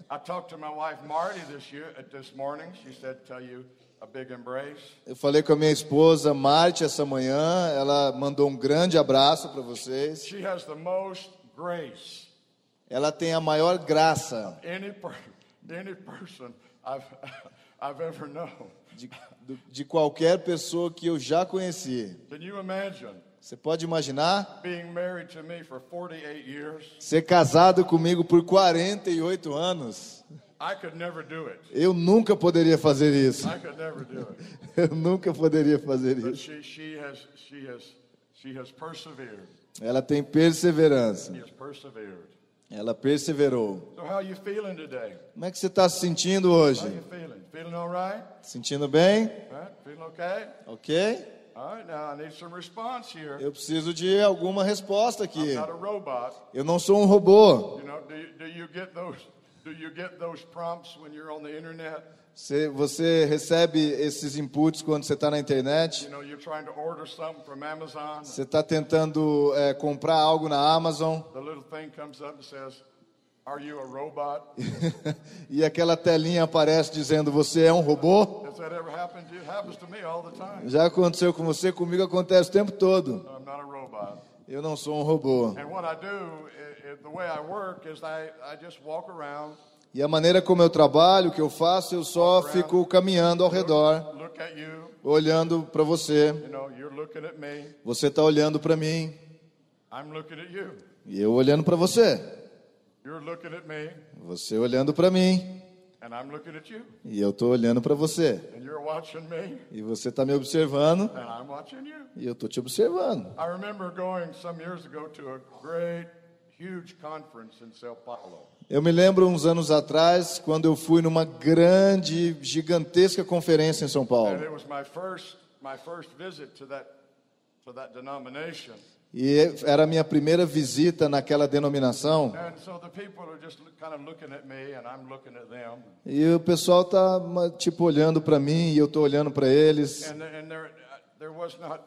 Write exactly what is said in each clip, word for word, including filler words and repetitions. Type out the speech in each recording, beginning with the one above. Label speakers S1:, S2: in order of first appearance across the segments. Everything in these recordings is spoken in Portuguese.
S1: I talked to my wife Marty this year uh, this morning. She said tell you a big embrace.
S2: Eu falei com a minha esposa Marty essa manhã, ela mandou um grande abraço para vocês.
S1: She has the most grace.
S2: Ela tem a maior graça
S1: Any per, any person I've I've ever known.
S2: de, de qualquer pessoa que eu já conheci.
S1: Can you imagine?
S2: Você pode imaginar
S1: Being married to me for forty-eight years?
S2: ser casado comigo por quarenta e oito anos?
S1: I could never do it.
S2: Eu nunca poderia fazer isso.
S1: I could never do it.
S2: Eu nunca poderia fazer
S1: But
S2: isso.
S1: she she has she has she has persevered.
S2: Ela tem perseverança.
S1: She has persevered.
S2: Ela perseverou.
S1: So how are you feeling today?
S2: Como é que você está se sentindo
S1: How
S2: hoje?
S1: are you feeling? Feeling all right?
S2: Sentindo bem?
S1: Right? Feeling okay?
S2: Ok?
S1: All right, now I need some response here.
S2: Eu preciso de alguma resposta
S1: I'm
S2: aqui.
S1: not a robot.
S2: Eu não sou um robô.
S1: You know, do you, do you get those do you get those prompts when you're on the internet?
S2: Você, você recebe esses inputs quando você está na internet?
S1: You know, you're trying to order something from Amazon.
S2: Você está tentando é, comprar algo na Amazon
S1: The little thing comes up and says, "Are you a robot?"
S2: e aquela telinha aparece dizendo: você é um robô?
S1: Has that ever happened to you? It happens to me all the time.
S2: Já aconteceu com você, comigo acontece o tempo todo.
S1: I'm not a robot.
S2: Eu não sou um robô.
S1: And what I do, i- i- the way I work is I, I just walk around,
S2: E a maneira como eu trabalho, o que eu faço, eu só fico caminhando ao redor,
S1: look at you,
S2: olhando para você.
S1: you know, you're looking at me,
S2: Você está olhando para mim
S1: I'm looking at you.
S2: e eu olhando para você.
S1: You're looking at me,
S2: Você olhando para mim
S1: and I'm looking at you.
S2: e eu estou olhando para você.
S1: And you're watching me,
S2: E você está me observando
S1: and I'm watching you.
S2: e eu estou te observando.
S1: I remember going some years ago to a great, huge conference in Sao Paulo.
S2: Eu me lembro uns anos atrás, quando eu fui numa grande, gigantesca conferência em São
S1: And
S2: Paulo.
S1: it was my first, my first visit to that, to that denomination.
S2: E era a minha primeira visita naquela denominação.
S1: And so the people are just kind of looking at me, and I'm looking at them.
S2: E o pessoal tá tipo olhando para mim e eu tô olhando para eles.
S1: And, and there, there was not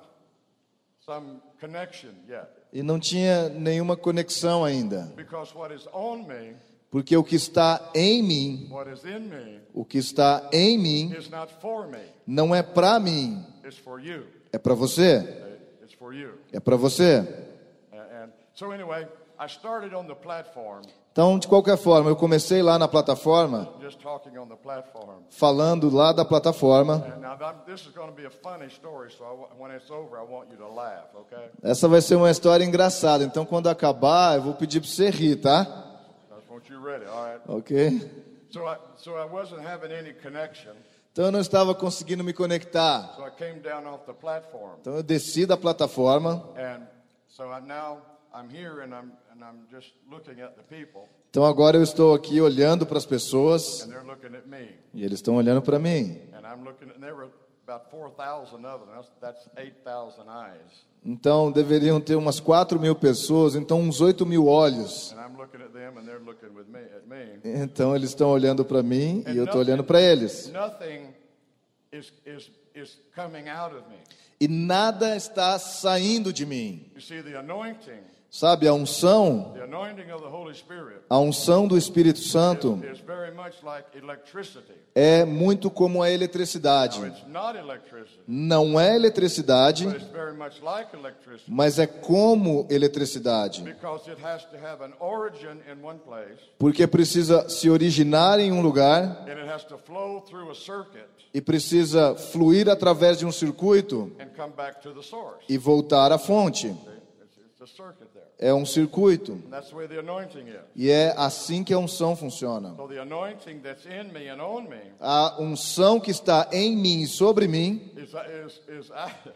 S1: some connection yet.
S2: E não tinha nenhuma conexão ainda.
S1: Because what is on me,
S2: Porque o que está em mim,
S1: what is in me,
S2: o que está em mim,
S1: is not for me.
S2: não é para mim,
S1: It's for you.
S2: é para você.
S1: It's for you.
S2: É para você.
S1: And, and so anyway, I started on the platform,
S2: Então, de qualquer forma, eu comecei lá na plataforma,
S1: just talking on the platform.
S2: falando lá da plataforma.
S1: And now that, this is going to be a funny story, so I, wa- when it's over, I want you to laugh, okay?
S2: Essa vai ser uma história engraçada. Então, quando acabar, eu vou pedir para você rir, tá?
S1: I just want you ready, all right?
S2: Ok?
S1: So I, so I wasn't having any connection,
S2: Então, eu não estava conseguindo me conectar.
S1: so I came down off the platform.
S2: Então, eu desci da plataforma.
S1: And so I, now I'm here and I'm, and I'm just looking at the people,
S2: Então, agora eu estou aqui olhando para as pessoas
S1: and they're looking at me.
S2: e eles estão olhando para mim.
S1: And I'm looking at, and there were about four thousand of them. That's, that's eight thousand eyes.
S2: Então, deveriam ter umas quatro mil pessoas, então uns oito mil olhos.
S1: And I'm looking at them and they're looking with me, at me.
S2: Então, eles estão olhando para mim
S1: And
S2: e eu estou
S1: nothing-
S2: olhando para eles.
S1: Nothing is, is, is coming out of me.
S2: E nada está saindo de mim.
S1: You see, the anointing,
S2: Sabe, a unção,
S1: the anointing of the Holy Spirit
S2: a unção do Espírito Santo
S1: is, is very much like electricity.
S2: é muito como a eletricidade.
S1: Now, it's not electricity,
S2: Não é eletricidade,
S1: but it's very much like electricity
S2: mas é como eletricidade.
S1: because it has to have an origin in one place
S2: Porque precisa se originar em um lugar
S1: and it has to flow through a circuit
S2: e precisa fluir através de um circuito
S1: and come back to the source.
S2: e voltar à fonte.
S1: See? It's, it's a circuit there.
S2: É um circuito.
S1: And that's the way the anointing is.
S2: E é assim que a unção funciona.
S1: So the anointing that's in me and on me
S2: A unção que está em mim e sobre mim
S1: is, is, is,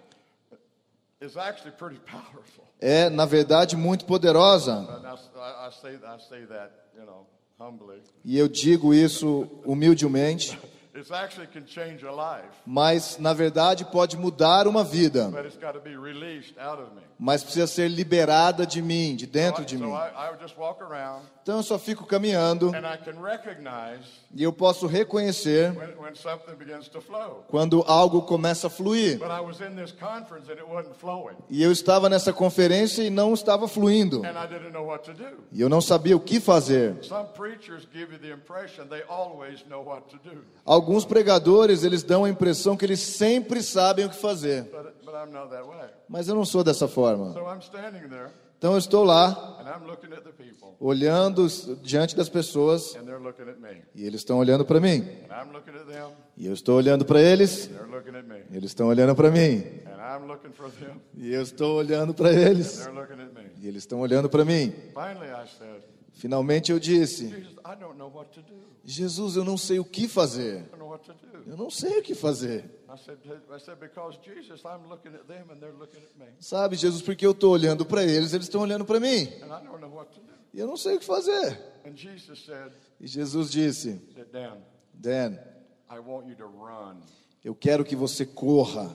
S1: is actually pretty powerful.
S2: é, na verdade, muito poderosa.
S1: And I, I, I, say, I say that, you know, humbly.
S2: E eu digo isso humildemente.
S1: It actually can change a life,
S2: mas na verdade pode mudar uma vida,
S1: but it's got to be released out of me.
S2: mas precisa ser liberada de mim, de
S1: So,
S2: dentro
S1: I,
S2: de
S1: so
S2: mim.
S1: I, I would just walk around,
S2: Então eu só fico caminhando
S1: and I can recognize
S2: e eu posso reconhecer
S1: when, when something begins to flow.
S2: quando algo começa a fluir.
S1: But I was in this conference and it wasn't flowing,
S2: E eu estava nessa conferência e não estava fluindo.
S1: and I didn't know what to do.
S2: E eu não sabia o que fazer.
S1: Some preachers give you the impression they always know what to do,
S2: Alguns pregadores, eles dão a impressão que eles sempre sabem o que fazer.
S1: but, but I'm not that way.
S2: Mas eu não sou dessa forma.
S1: So I'm standing there,
S2: Então eu estou lá,
S1: and I'm looking at the people,
S2: olhando diante das pessoas,
S1: and they're looking at me.
S2: e eles estão olhando para mim.
S1: And I'm looking at them,
S2: E eu estou olhando para eles,
S1: they're looking at me.
S2: e eles estão olhando para mim.
S1: And I'm looking for them,
S2: E eu estou olhando para eles,
S1: they're looking at me.
S2: e eles estão olhando para mim.
S1: Finally I said,
S2: Finalmente eu disse:
S1: Jesus, I don't know what to do.
S2: Jesus, eu não sei o que fazer.
S1: I don't know what to do.
S2: Eu não sei o que fazer.
S1: I said, I said, because Jesus, I'm looking at them and they're looking at me.
S2: Sabe, Jesus, porque eu estou olhando para eles, eles estão olhando para mim.
S1: And I don't know what to do.
S2: E eu não sei o que fazer.
S1: And Jesus said,
S2: E Jesus disse:
S1: said, Dan,
S2: Dan,
S1: I want you to run.
S2: eu quero que você corra.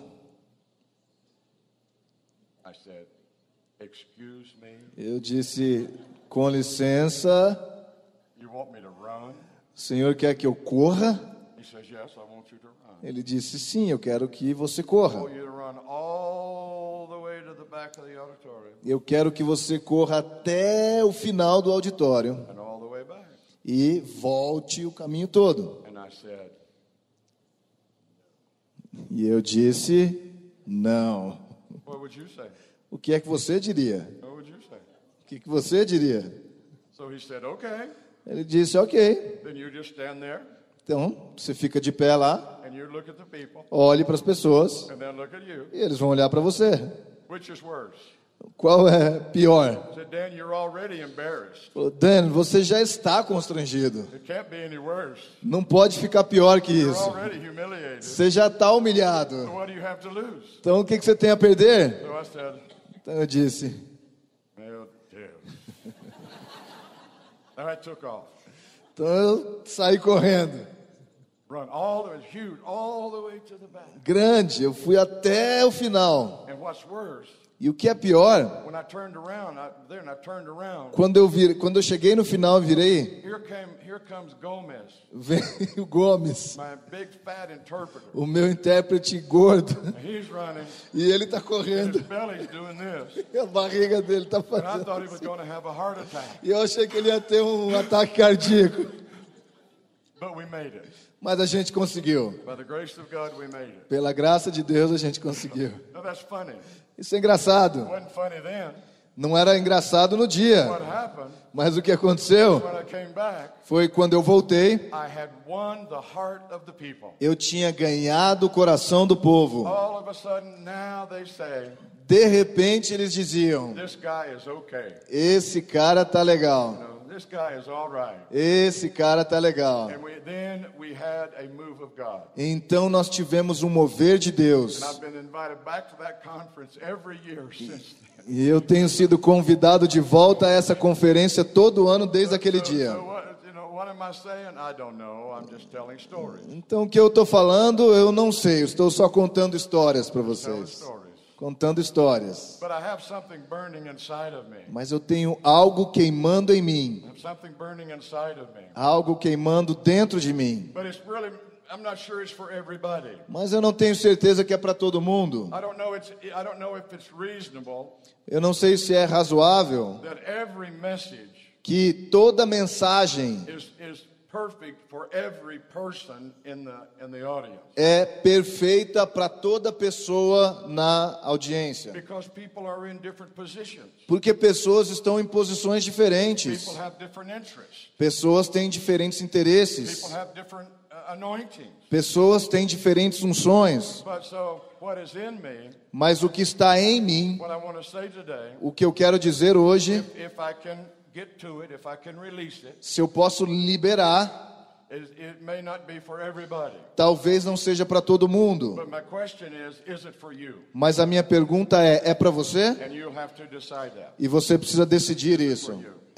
S1: I said, excuse me,
S2: Eu disse: com licença,
S1: you want me to run?
S2: o senhor quer que eu corra?
S1: He says, yes, I want you to run.
S2: Ele disse: sim, eu quero que você
S1: I
S2: corra.
S1: want you to run all the way to the back of the auditorium
S2: Eu quero que você corra até o final do auditório
S1: and all the way back.
S2: e volte o caminho todo.
S1: And I said,
S2: E eu disse: não.
S1: what would you say?
S2: O que é que você diria?
S1: What would you say?
S2: O que, que você diria?
S1: So he said, okay.
S2: Ele disse: ok.
S1: Then you just stand there
S2: Então, você fica de pé lá,
S1: and you look at the people
S2: olhe para as pessoas
S1: and then look at you.
S2: e eles vão olhar para você.
S1: Which is worse?
S2: Qual é pior?
S1: I said, Dan, you're already embarrassed.
S2: Falou: Dan, você já está constrangido.
S1: It can't be any worse.
S2: Não pode ficar pior que
S1: You're
S2: isso.
S1: already humiliated.
S2: Você já está
S1: So
S2: humilhado.
S1: what do you have to lose?
S2: Então, o que, que você tem a perder?
S1: So I said,
S2: Então eu disse:
S1: meu Deus. Then I took off.
S2: então eu saí correndo.
S1: Run all the way, huge, all the way to the back.
S2: Grande, eu fui até o final.
S1: And what's worse,
S2: E o que é pior,
S1: when I turned around, I, there and I turned around,
S2: quando eu, vir, quando eu cheguei no final, eu virei,
S1: here came, here comes Gomez,
S2: veio o Gomes,
S1: my big fat interpreter.
S2: o meu intérprete gordo,
S1: And he's running,
S2: e ele está
S1: and
S2: correndo.
S1: his belly's doing this.
S2: E a barriga dele está
S1: And I
S2: fazendo.
S1: thought he was going to have a heart attack.
S2: E eu achei que ele ia ter um ataque cardíaco.
S1: But we made it.
S2: Mas a gente conseguiu.
S1: By the grace of God, we made it.
S2: Pela graça de Deus, a gente conseguiu.
S1: Now that's funny.
S2: Isso é engraçado.
S1: It wasn't funny then.
S2: Não era engraçado no dia.
S1: What happened,
S2: Mas o que aconteceu
S1: when I came back,
S2: foi quando eu voltei,
S1: I had won the heart of the people.
S2: eu tinha ganhado o coração do povo.
S1: All of a sudden, now they say,
S2: De repente eles diziam:
S1: this guy is okay.
S2: esse cara tá legal.
S1: No, this guy is all right.
S2: Esse cara tá legal.
S1: And we, then we had a move of God.
S2: Então nós tivemos um mover de Deus.
S1: And I've been invited back to that conference every year since then.
S2: E eu tenho sido convidado de volta a essa conferência todo ano desde aquele
S1: So,
S2: dia.
S1: so what, you know, what am I saying? I don't know. I'm just telling stories.
S2: Então o que eu estou falando, eu não sei. Eu estou só contando histórias para
S1: Telling
S2: vocês.
S1: stories.
S2: Contando histórias.
S1: But I have something burning inside of me.
S2: Mas eu tenho algo queimando em mim.
S1: I have something burning inside of me.
S2: Algo queimando dentro de mim.
S1: But it's really, I'm not sure it's for everybody.
S2: Mas eu não tenho certeza que é para todo mundo.
S1: I don't know it's, I don't know if it's reasonable
S2: Eu não sei se é razoável
S1: that every message
S2: que toda mensagem
S1: is, is perfect for every person in the, in the audience.
S2: é perfeita para toda pessoa na audiência.
S1: Because people are in different positions.
S2: Porque pessoas estão em posições diferentes.
S1: People have different interests.
S2: Pessoas têm diferentes interesses.
S1: People have different uh, anointings.
S2: Pessoas têm diferentes unções.
S1: But so what is in me,
S2: Mas o que está em mim,
S1: what I want to say today,
S2: o que eu quero dizer hoje,
S1: if, if I can get to it, if I can release it,
S2: se eu posso liberar,
S1: is it may not be for everybody.
S2: talvez não seja para todo mundo.
S1: But my question is, is it for you?
S2: Mas a minha pergunta é, é para você?
S1: And you'll have to decide that.
S2: E você precisa decidir isso.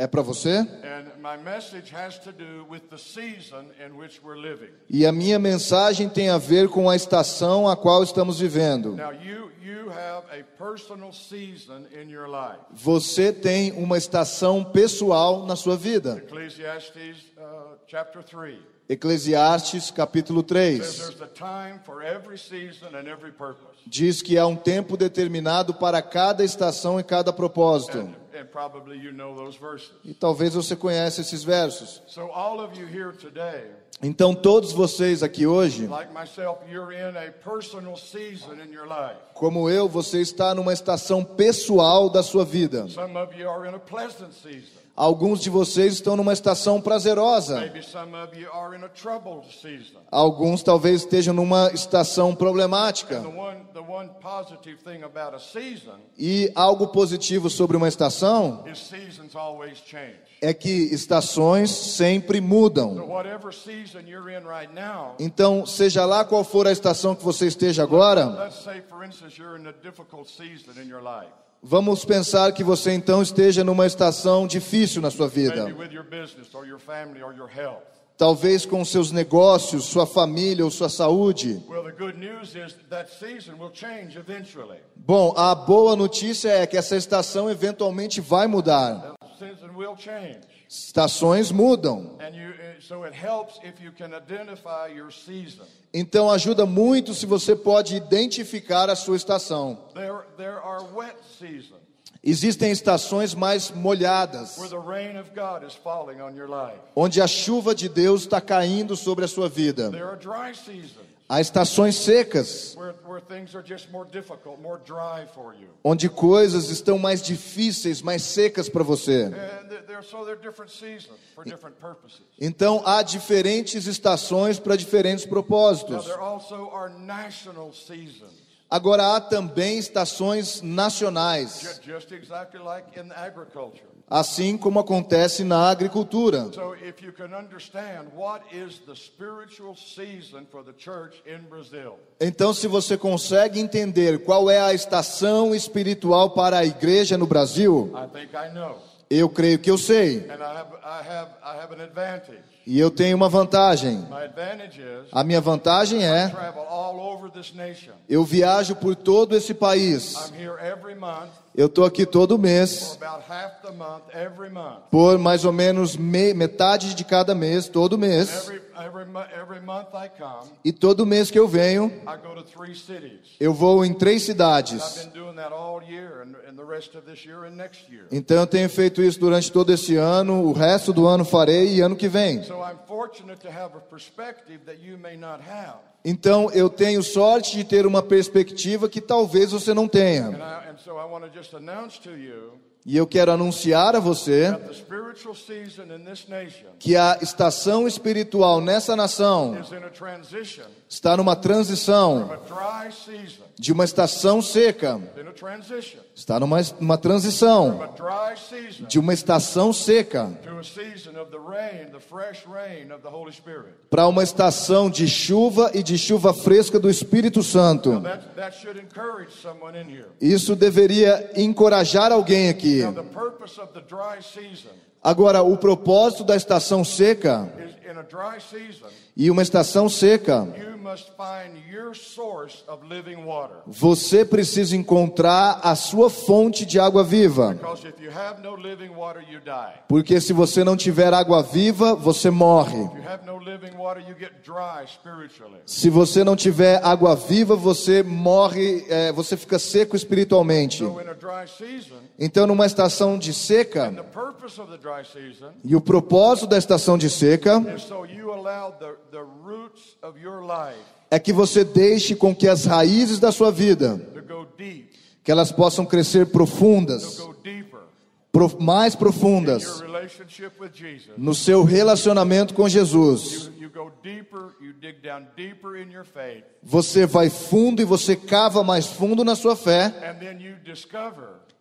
S2: É para você?
S1: And my message has to do with the season in which we're living.
S2: E a minha mensagem tem a ver com a estação a qual estamos vivendo.
S1: Now you you have a personal season in your life.
S2: Você tem uma estação pessoal na sua vida.
S1: Ecclesiastes uh, chapter three.
S2: Eclesiastes capítulo
S1: Says
S2: três
S1: there's a time for every season and every purpose.
S2: diz que há um tempo determinado para cada estação e cada propósito.
S1: And, and probably you know those verses.
S2: E talvez você conheça esses versos.
S1: So all of you here today,
S2: Então todos vocês aqui hoje,
S1: like myself, you're in a personal season in your life.
S2: como eu, você está numa estação pessoal da sua vida.
S1: Some of you are in a pleasant season.
S2: Alguns de vocês estão numa estação prazerosa.
S1: Maybe some of you are in a troubled season.
S2: Alguns talvez estejam numa estação problemática.
S1: And the one, the one positive thing about a season
S2: E algo positivo sobre uma estação
S1: is seasons always change.
S2: é que estações sempre
S1: So
S2: mudam.
S1: whatever season you're in right now,
S2: Então, seja lá qual for a estação que você esteja agora,
S1: let's say, for instance, you're in a difficult season in your life.
S2: vamos pensar que você então esteja numa estação difícil na sua
S1: Maybe
S2: vida.
S1: with your business or your family or your health.
S2: Talvez com seus negócios, sua família ou sua saúde.
S1: Well, the good news is that season will change eventually.
S2: Bom, a boa notícia é que essa estação eventualmente vai mudar.
S1: That season will change.
S2: Estações mudam.
S1: And you, uh, so it helps if you can identify your season.
S2: Então ajuda muito se você pode identificar a sua estação.
S1: There, there are wet seasons
S2: Existem estações mais molhadas,
S1: where the rain of God is falling on your life.
S2: onde a chuva de Deus está caindo sobre a sua vida.
S1: There are dry seasons
S2: Há estações secas,
S1: where, where things are just more difficult, more dry for you.
S2: onde coisas estão mais difíceis, mais secas para você.
S1: And there, there- so there are different seasons for different purposes.
S2: Então há diferentes estações para diferentes
S1: Now
S2: propósitos.
S1: there also are national seasons,
S2: Agora há também estações nacionais,
S1: ju- just exactly like in agriculture.
S2: assim como acontece na agricultura.
S1: So if you can understand what is the spiritual season for the church in Brazil,
S2: Então, se você consegue entender qual é a estação espiritual para a igreja no Brasil,
S1: I think I know.
S2: eu creio que eu sei.
S1: And I have, I have, I have an advantage.
S2: E eu tenho uma vantagem.
S1: My advantage is
S2: A minha vantagem é,
S1: travel all over this nation.
S2: eu viajo por todo esse país.
S1: I'm here every month,
S2: Eu estou aqui todo
S1: for
S2: mês,
S1: about half the month, every month.
S2: por mais ou menos me- metade de cada mês, todo mês.
S1: Every, every, mo- every month I come,
S2: E todo mês que eu venho,
S1: I go to three cities.
S2: eu vou em três
S1: I've
S2: cidades.
S1: been doing that all year and, and the rest of this year and next year.
S2: Então eu tenho feito isso durante todo esse ano, o resto do ano farei e ano que vem.
S1: So I'm fortunate to have a perspective that you may not have.
S2: Então eu tenho sorte de ter uma perspectiva que talvez você não tenha.
S1: And, I, and so I want to just announce to you
S2: E eu quero anunciar a você
S1: that the spiritual season in this nation
S2: que a estação espiritual nessa nação
S1: is in a transition
S2: está numa transição
S1: from a dry season,
S2: de uma estação seca,
S1: in a transition
S2: está numa uma transição
S1: from a dry season
S2: de uma estação seca
S1: to a season of the rain, the fresh rain of the Holy Spirit.
S2: para uma estação de chuva e de chuva fresca do Espírito Santo.
S1: Now that, that should encourage someone in here.
S2: Isso deveria encorajar alguém aqui.
S1: Now the purpose of the dry season
S2: Agora, o propósito da estação seca,
S1: is in a dry season,
S2: e uma estação seca,
S1: you must find your source of living water.
S2: você precisa encontrar a sua fonte de água viva.
S1: Because if you have no living water, you die.
S2: Porque se você não tiver água viva, você morre.
S1: If you have no living water, you get dry spiritually.
S2: Se você não tiver água viva, você morre, é, você fica seco espiritualmente.
S1: So in a dry season,
S2: Então, numa estação de
S1: and
S2: seca,
S1: the purpose of the dry season
S2: e o propósito da estação de seca
S1: is so you allow the, the roots of your life
S2: é que você deixe com que as raízes da sua vida,
S1: to go deep,
S2: que elas possam crescer
S1: to
S2: profundas,
S1: go deeper
S2: pro- mais
S1: in
S2: profundas,
S1: your relationship with Jesus.
S2: no seu relacionamento com Jesus.
S1: You, you go deeper, you dig down deeper in your faith,
S2: Você vai fundo e você cava mais fundo na sua fé.
S1: and then you discover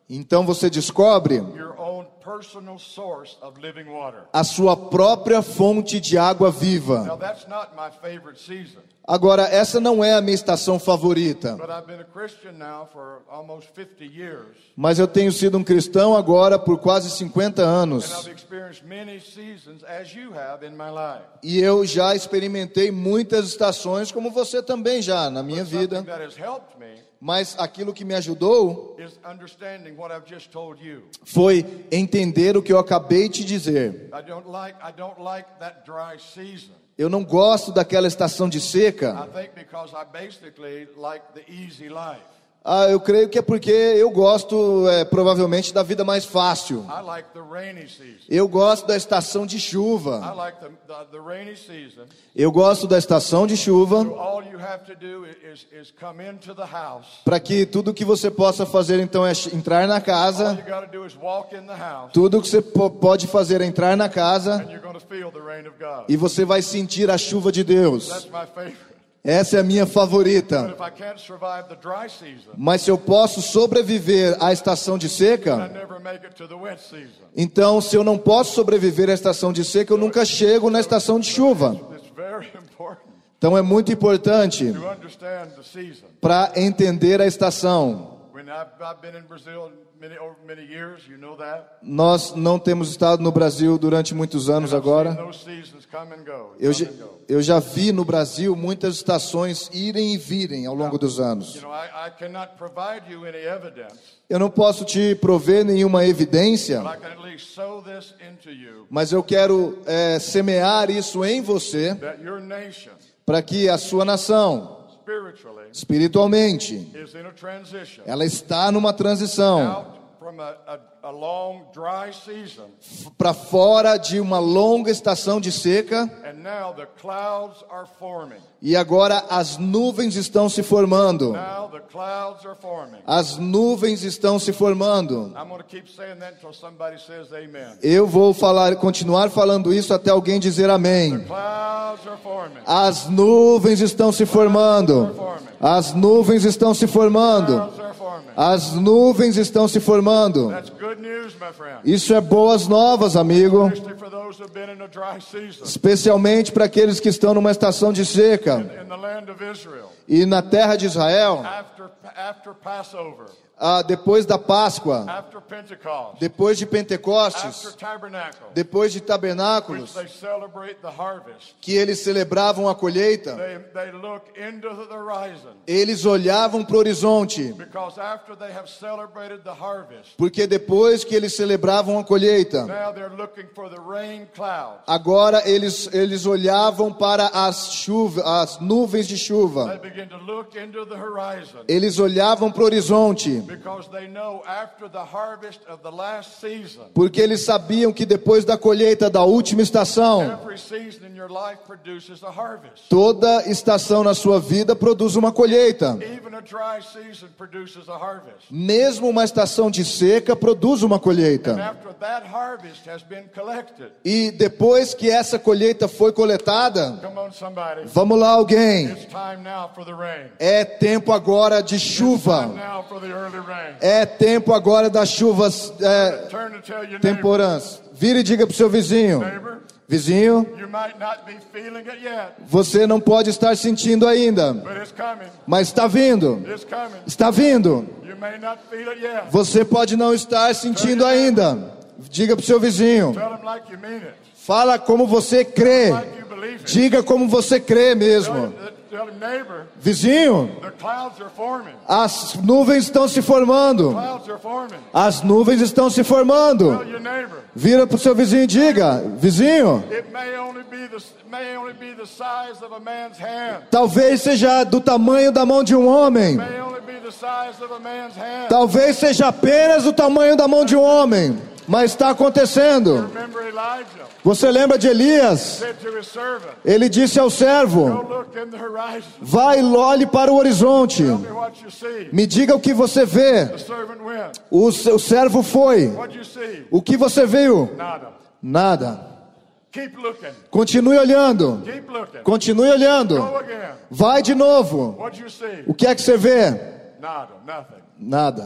S2: Então você descobre
S1: your own personal source of living water.
S2: a sua própria fonte de água viva.
S1: Now that's not my favorite season,
S2: Agora, essa não é a minha estação favorita,
S1: but I've been a Christian now for almost fifty years,
S2: mas eu tenho sido um cristão agora por quase cinquenta
S1: and
S2: anos.
S1: I've experienced many seasons as you have in my life.
S2: E eu já experimentei muitas estações, como você também já, na minha vida.
S1: Something that has helped me
S2: Mas aquilo que me ajudou
S1: is understanding what I've just told you.
S2: foi entender o que eu acabei de dizer.
S1: I don't like I don't like that dry season.
S2: Eu não gosto daquela estação de seca.
S1: I think because I basically like the easy life.
S2: Ah, eu creio que é porque eu gosto, é, provavelmente, da vida mais fácil.
S1: I like the rainy season.
S2: Eu gosto da estação de
S1: I
S2: chuva.
S1: like the, the, the rainy season.
S2: Eu gosto da estação de
S1: So
S2: chuva,
S1: all you have to do is, is come into the house.
S2: para que tudo que você possa fazer, então, é entrar na
S1: All
S2: casa.
S1: you got to do is walk in the house,
S2: Tudo que você po- pode fazer é entrar na casa
S1: and you're going to feel the rain of God.
S2: e você vai sentir a chuva de Deus.
S1: That's my favorite.
S2: Essa é a minha
S1: But
S2: favorita.
S1: if I can't survive the dry season,
S2: Mas se eu posso sobreviver à estação de
S1: I
S2: seca,
S1: never make it to the wet season.
S2: então se eu não posso sobreviver à estação de seca, eu nunca chego na estação de chuva.
S1: It's very important
S2: Então é muito importante
S1: to understand the season.
S2: para entender a estação.
S1: When I've, I've been in Brazil many over many years, you know that.
S2: Nós não temos estado no Brasil durante muitos anos
S1: I've
S2: agora.
S1: seen those seasons come and go.
S2: Eu,
S1: come
S2: já-
S1: and go.
S2: eu já vi no Brasil muitas estações irem e virem ao longo dos
S1: You
S2: anos.
S1: know, I, I cannot provide you any evidence,
S2: Eu não posso te prover nenhuma evidência,
S1: but I can at least sow this into you
S2: mas eu quero é, semear isso em você
S1: that your nation,
S2: para que a sua nação,
S1: spiritually,
S2: espiritualmente,
S1: is in a transition
S2: ela está numa transição
S1: out from a, a, a long dry season,
S2: para fora de uma longa estação de seca,
S1: and now the clouds are forming.
S2: e agora as nuvens estão se formando.
S1: Now the clouds are forming.
S2: As nuvens estão se formando.
S1: I'm going to keep saying that until somebody says amen.
S2: Eu vou falar, continuar falando isso até alguém dizer amém.
S1: Clouds are forming.
S2: As nuvens estão se formando. As nuvens estão se formando.
S1: Clouds are forming.
S2: As nuvens estão se formando.
S1: That's good news, my friend.
S2: Isso é boas novas, amigo.
S1: Especially for those who've been in a dry season
S2: Especialmente para aqueles que estão numa estação de seca.
S1: in the land of Israel.
S2: E na terra de Israel,
S1: After after Passover,
S2: ah, depois da Páscoa,
S1: after Pentecost,
S2: depois de
S1: after
S2: Pentecostes,
S1: Tabernacle,
S2: depois de
S1: which
S2: tabernáculos,
S1: they celebrate the harvest.
S2: que eles celebravam a colheita,
S1: They they look into the horizon
S2: eles olhavam para o horizonte,
S1: because after they have celebrated the harvest,
S2: porque depois que eles celebravam a colheita,
S1: now they're looking for the rain clouds.
S2: agora eles, eles olhavam para as, chuva, as nuvens de chuva.
S1: They begin to look into the horizon
S2: Eles olhavam para o horizonte,
S1: because they know after the harvest of the last season,
S2: porque eles sabiam que depois da colheita da última estação,
S1: every season in your life produces a harvest.
S2: toda estação na sua vida produz uma colheita.
S1: Even a dry season produces a harvest.
S2: Mesmo uma estação de seca produz uma
S1: And
S2: colheita.
S1: after that harvest has been collected,
S2: E depois que essa colheita foi coletada,
S1: come on somebody,
S2: vamos lá alguém,
S1: it's time now for the rain.
S2: é tempo agora de
S1: Time
S2: chuva.
S1: now for the early rain.
S2: É tempo agora das chuvas é,
S1: Turn to tell your neighbor,
S2: temporãs. Vire e diga para o seu vizinho.
S1: neighbor,
S2: Vizinho,
S1: you might not be feeling it yet,
S2: você não pode estar sentindo ainda,
S1: but it's coming.
S2: mas está vindo.
S1: It's coming.
S2: Está vindo.
S1: You may not feel it yet.
S2: Você pode não estar sentindo ainda. Diga para o seu vizinho.
S1: Tell him like you mean it.
S2: Fala como você crê.
S1: Like you believe it.
S2: Diga como você crê
S1: Tell
S2: mesmo.
S1: him, tell him, neighbor,
S2: Vizinho,
S1: the clouds are forming.
S2: as nuvens estão se formando.
S1: Clouds are forming.
S2: As nuvens estão se formando.
S1: Tell your neighbor,
S2: Vira para o seu vizinho e diga: vizinho,
S1: it may only be the may only be the size of a man's hand.
S2: talvez seja do tamanho da mão de um homem.
S1: May only be the size of a man's hand.
S2: Talvez seja apenas o tamanho da mão de um homem. Mas está acontecendo.
S1: Remember Elijah
S2: Você lembra de Elias?
S1: said to his servant,
S2: Ele disse ao
S1: go
S2: servo:
S1: look in the horizon.
S2: vai e olhe para o horizonte.
S1: Tell me what you see.
S2: Me diga o que você vê.
S1: The servant went.
S2: O seu servo foi.
S1: What you see?
S2: O que você viu?
S1: Nada.
S2: Nada.
S1: Keep looking.
S2: Continue olhando.
S1: Keep looking.
S2: Continue olhando.
S1: Go again.
S2: Vai de novo.
S1: What you see?
S2: O que é que você vê?
S1: Nada. Nothing.
S2: Nada.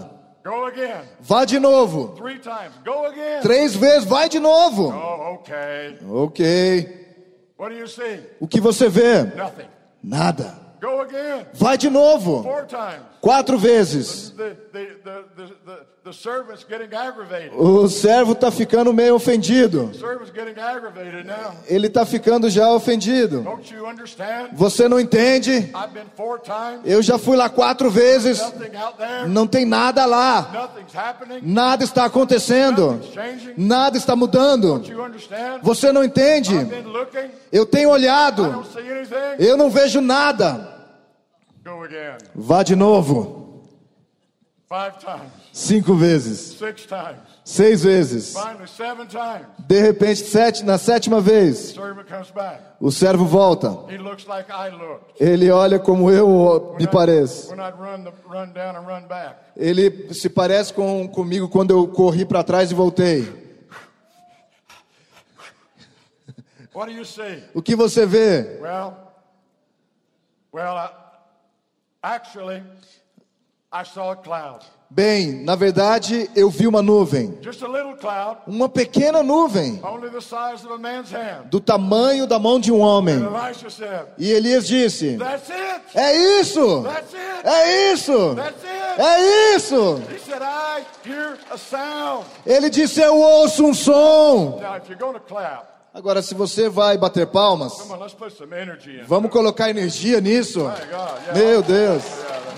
S1: Go again.
S2: Vá de novo.
S1: Three times. Go again.
S2: Três vezes, vai de novo.
S1: Oh, okay.
S2: Ok.
S1: What do you see?
S2: O que você vê?
S1: Nothing.
S2: Nada.
S1: Go again.
S2: Vai de novo.
S1: Four times.
S2: Quatro vezes.
S1: The, the, the, the, the, the servant's getting aggravated.
S2: O servo está ficando meio ofendido.
S1: The servant's getting aggravated now.
S2: Ele está ficando já ofendido.
S1: Don't you understand?
S2: Você não entende?
S1: I've been four times.
S2: Eu já fui lá quatro vezes.
S1: Nothing out there.
S2: Não tem nada lá.
S1: Nothing's happening.
S2: Nada está acontecendo.
S1: Nothing's changing.
S2: Nada está mudando.
S1: Don't you understand?
S2: Você não entende?
S1: I've been looking.
S2: Eu tenho
S1: I
S2: olhado.
S1: don't see anything.
S2: Eu não vejo nada.
S1: Go again.
S2: Vá de novo.
S1: Five times.
S2: Cinco vezes.
S1: Six times.
S2: Seis vezes.
S1: Finally, seven times.
S2: De repente, sete, na sétima vez,
S1: The servant comes back.
S2: o servo volta.
S1: He looks like I looked.
S2: Ele olha como eu me pareço.
S1: When I'd run, the, run down and run back.
S2: Ele se parece com, comigo quando eu corri para trás e voltei.
S1: What do you see?
S2: O que você vê?
S1: Well, well, I, actually, I saw a cloud.
S2: Bem, na verdade, eu vi uma nuvem.
S1: Just a little cloud,
S2: Uma pequena nuvem,
S1: only the size of a man's hand.
S2: do tamanho da mão de um homem.
S1: And Elisha said,
S2: E Elias disse:
S1: that's it.
S2: É isso!
S1: That's it.
S2: É isso!
S1: That's it.
S2: É isso!
S1: He said, I hear a sound.
S2: Ele disse: Eu ouço um som.
S1: Now, if you're going to clap,
S2: Agora, se você vai bater palmas,
S1: come on, let's put some energy in.
S2: vamos colocar energia nisso.
S1: My God, yeah.
S2: Meu Deus!
S1: Yeah, that's-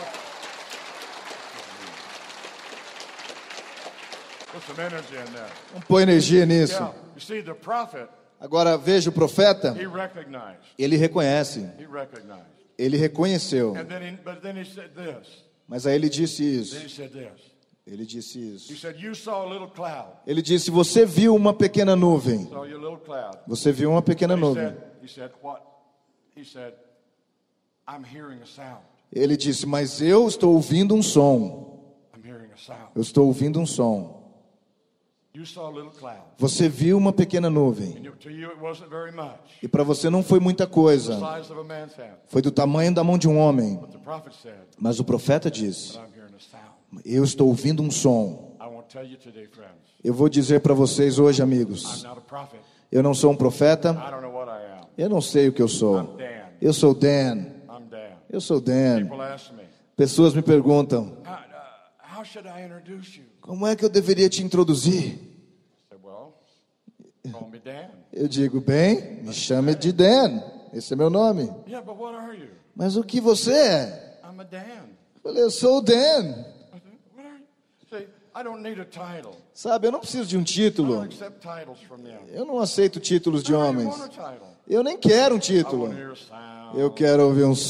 S1: Put some energy in there.
S2: Vamos pôr energia nisso.
S1: Yeah. You see, the prophet,
S2: Agora, veja o profeta.
S1: he recognized.
S2: Ele reconhece.
S1: He recognized.
S2: Ele reconheceu.
S1: And then he, but then he said this.
S2: Mas aí ele disse
S1: Then
S2: isso.
S1: he said this.
S2: Ele disse
S1: He
S2: isso.
S1: said, you saw a little cloud.
S2: Ele disse: Você viu uma pequena nuvem.
S1: Saw your little cloud.
S2: Você viu uma pequena
S1: He
S2: nuvem.
S1: said, he said, what? He said, I'm hearing a sound.
S2: Ele disse: Mas eu estou ouvindo um som.
S1: I'm hearing a sound.
S2: Eu estou ouvindo um som.
S1: You saw a little cloud.
S2: Você viu uma pequena nuvem.
S1: And you, to you, it wasn't very much.
S2: E para você não foi muita
S1: The
S2: coisa.
S1: size of a man's hand.
S2: Foi do tamanho da mão de um homem.
S1: But the prophet said,
S2: Mas o profeta disse:
S1: but I'm hearing a sound.
S2: Eu estou ouvindo um som.
S1: I want to tell you today, friends,
S2: Eu vou dizer para vocês hoje,
S1: I'm
S2: amigos.
S1: not a prophet.
S2: Eu não sou um profeta.
S1: I don't know what I am.
S2: Eu não sei o que eu
S1: I'm
S2: sou.
S1: Dan.
S2: Eu sou Dan.
S1: I'm Dan.
S2: Eu sou Dan.
S1: People ask me,
S2: Pessoas me perguntam:
S1: how, uh, how should I introduce you?
S2: Como é que eu deveria te introduzir?
S1: I said, well, call me Dan.
S2: Eu digo: Bem, me chame de Dan. Esse é meu nome.
S1: Yeah, but what are you?
S2: Mas o que você é?
S1: I'm a Dan.
S2: Eu falei: Eu sou o Dan.
S1: I said, what are you? See, I don't need a title.
S2: Sabe, eu não preciso de um
S1: I
S2: título.
S1: don't accept titles from them.
S2: Eu não aceito títulos de
S1: I don't
S2: homens.
S1: want a title.
S2: Eu nem quero um
S1: I
S2: título.
S1: want to hear a sound.
S2: Eu quero ouvir um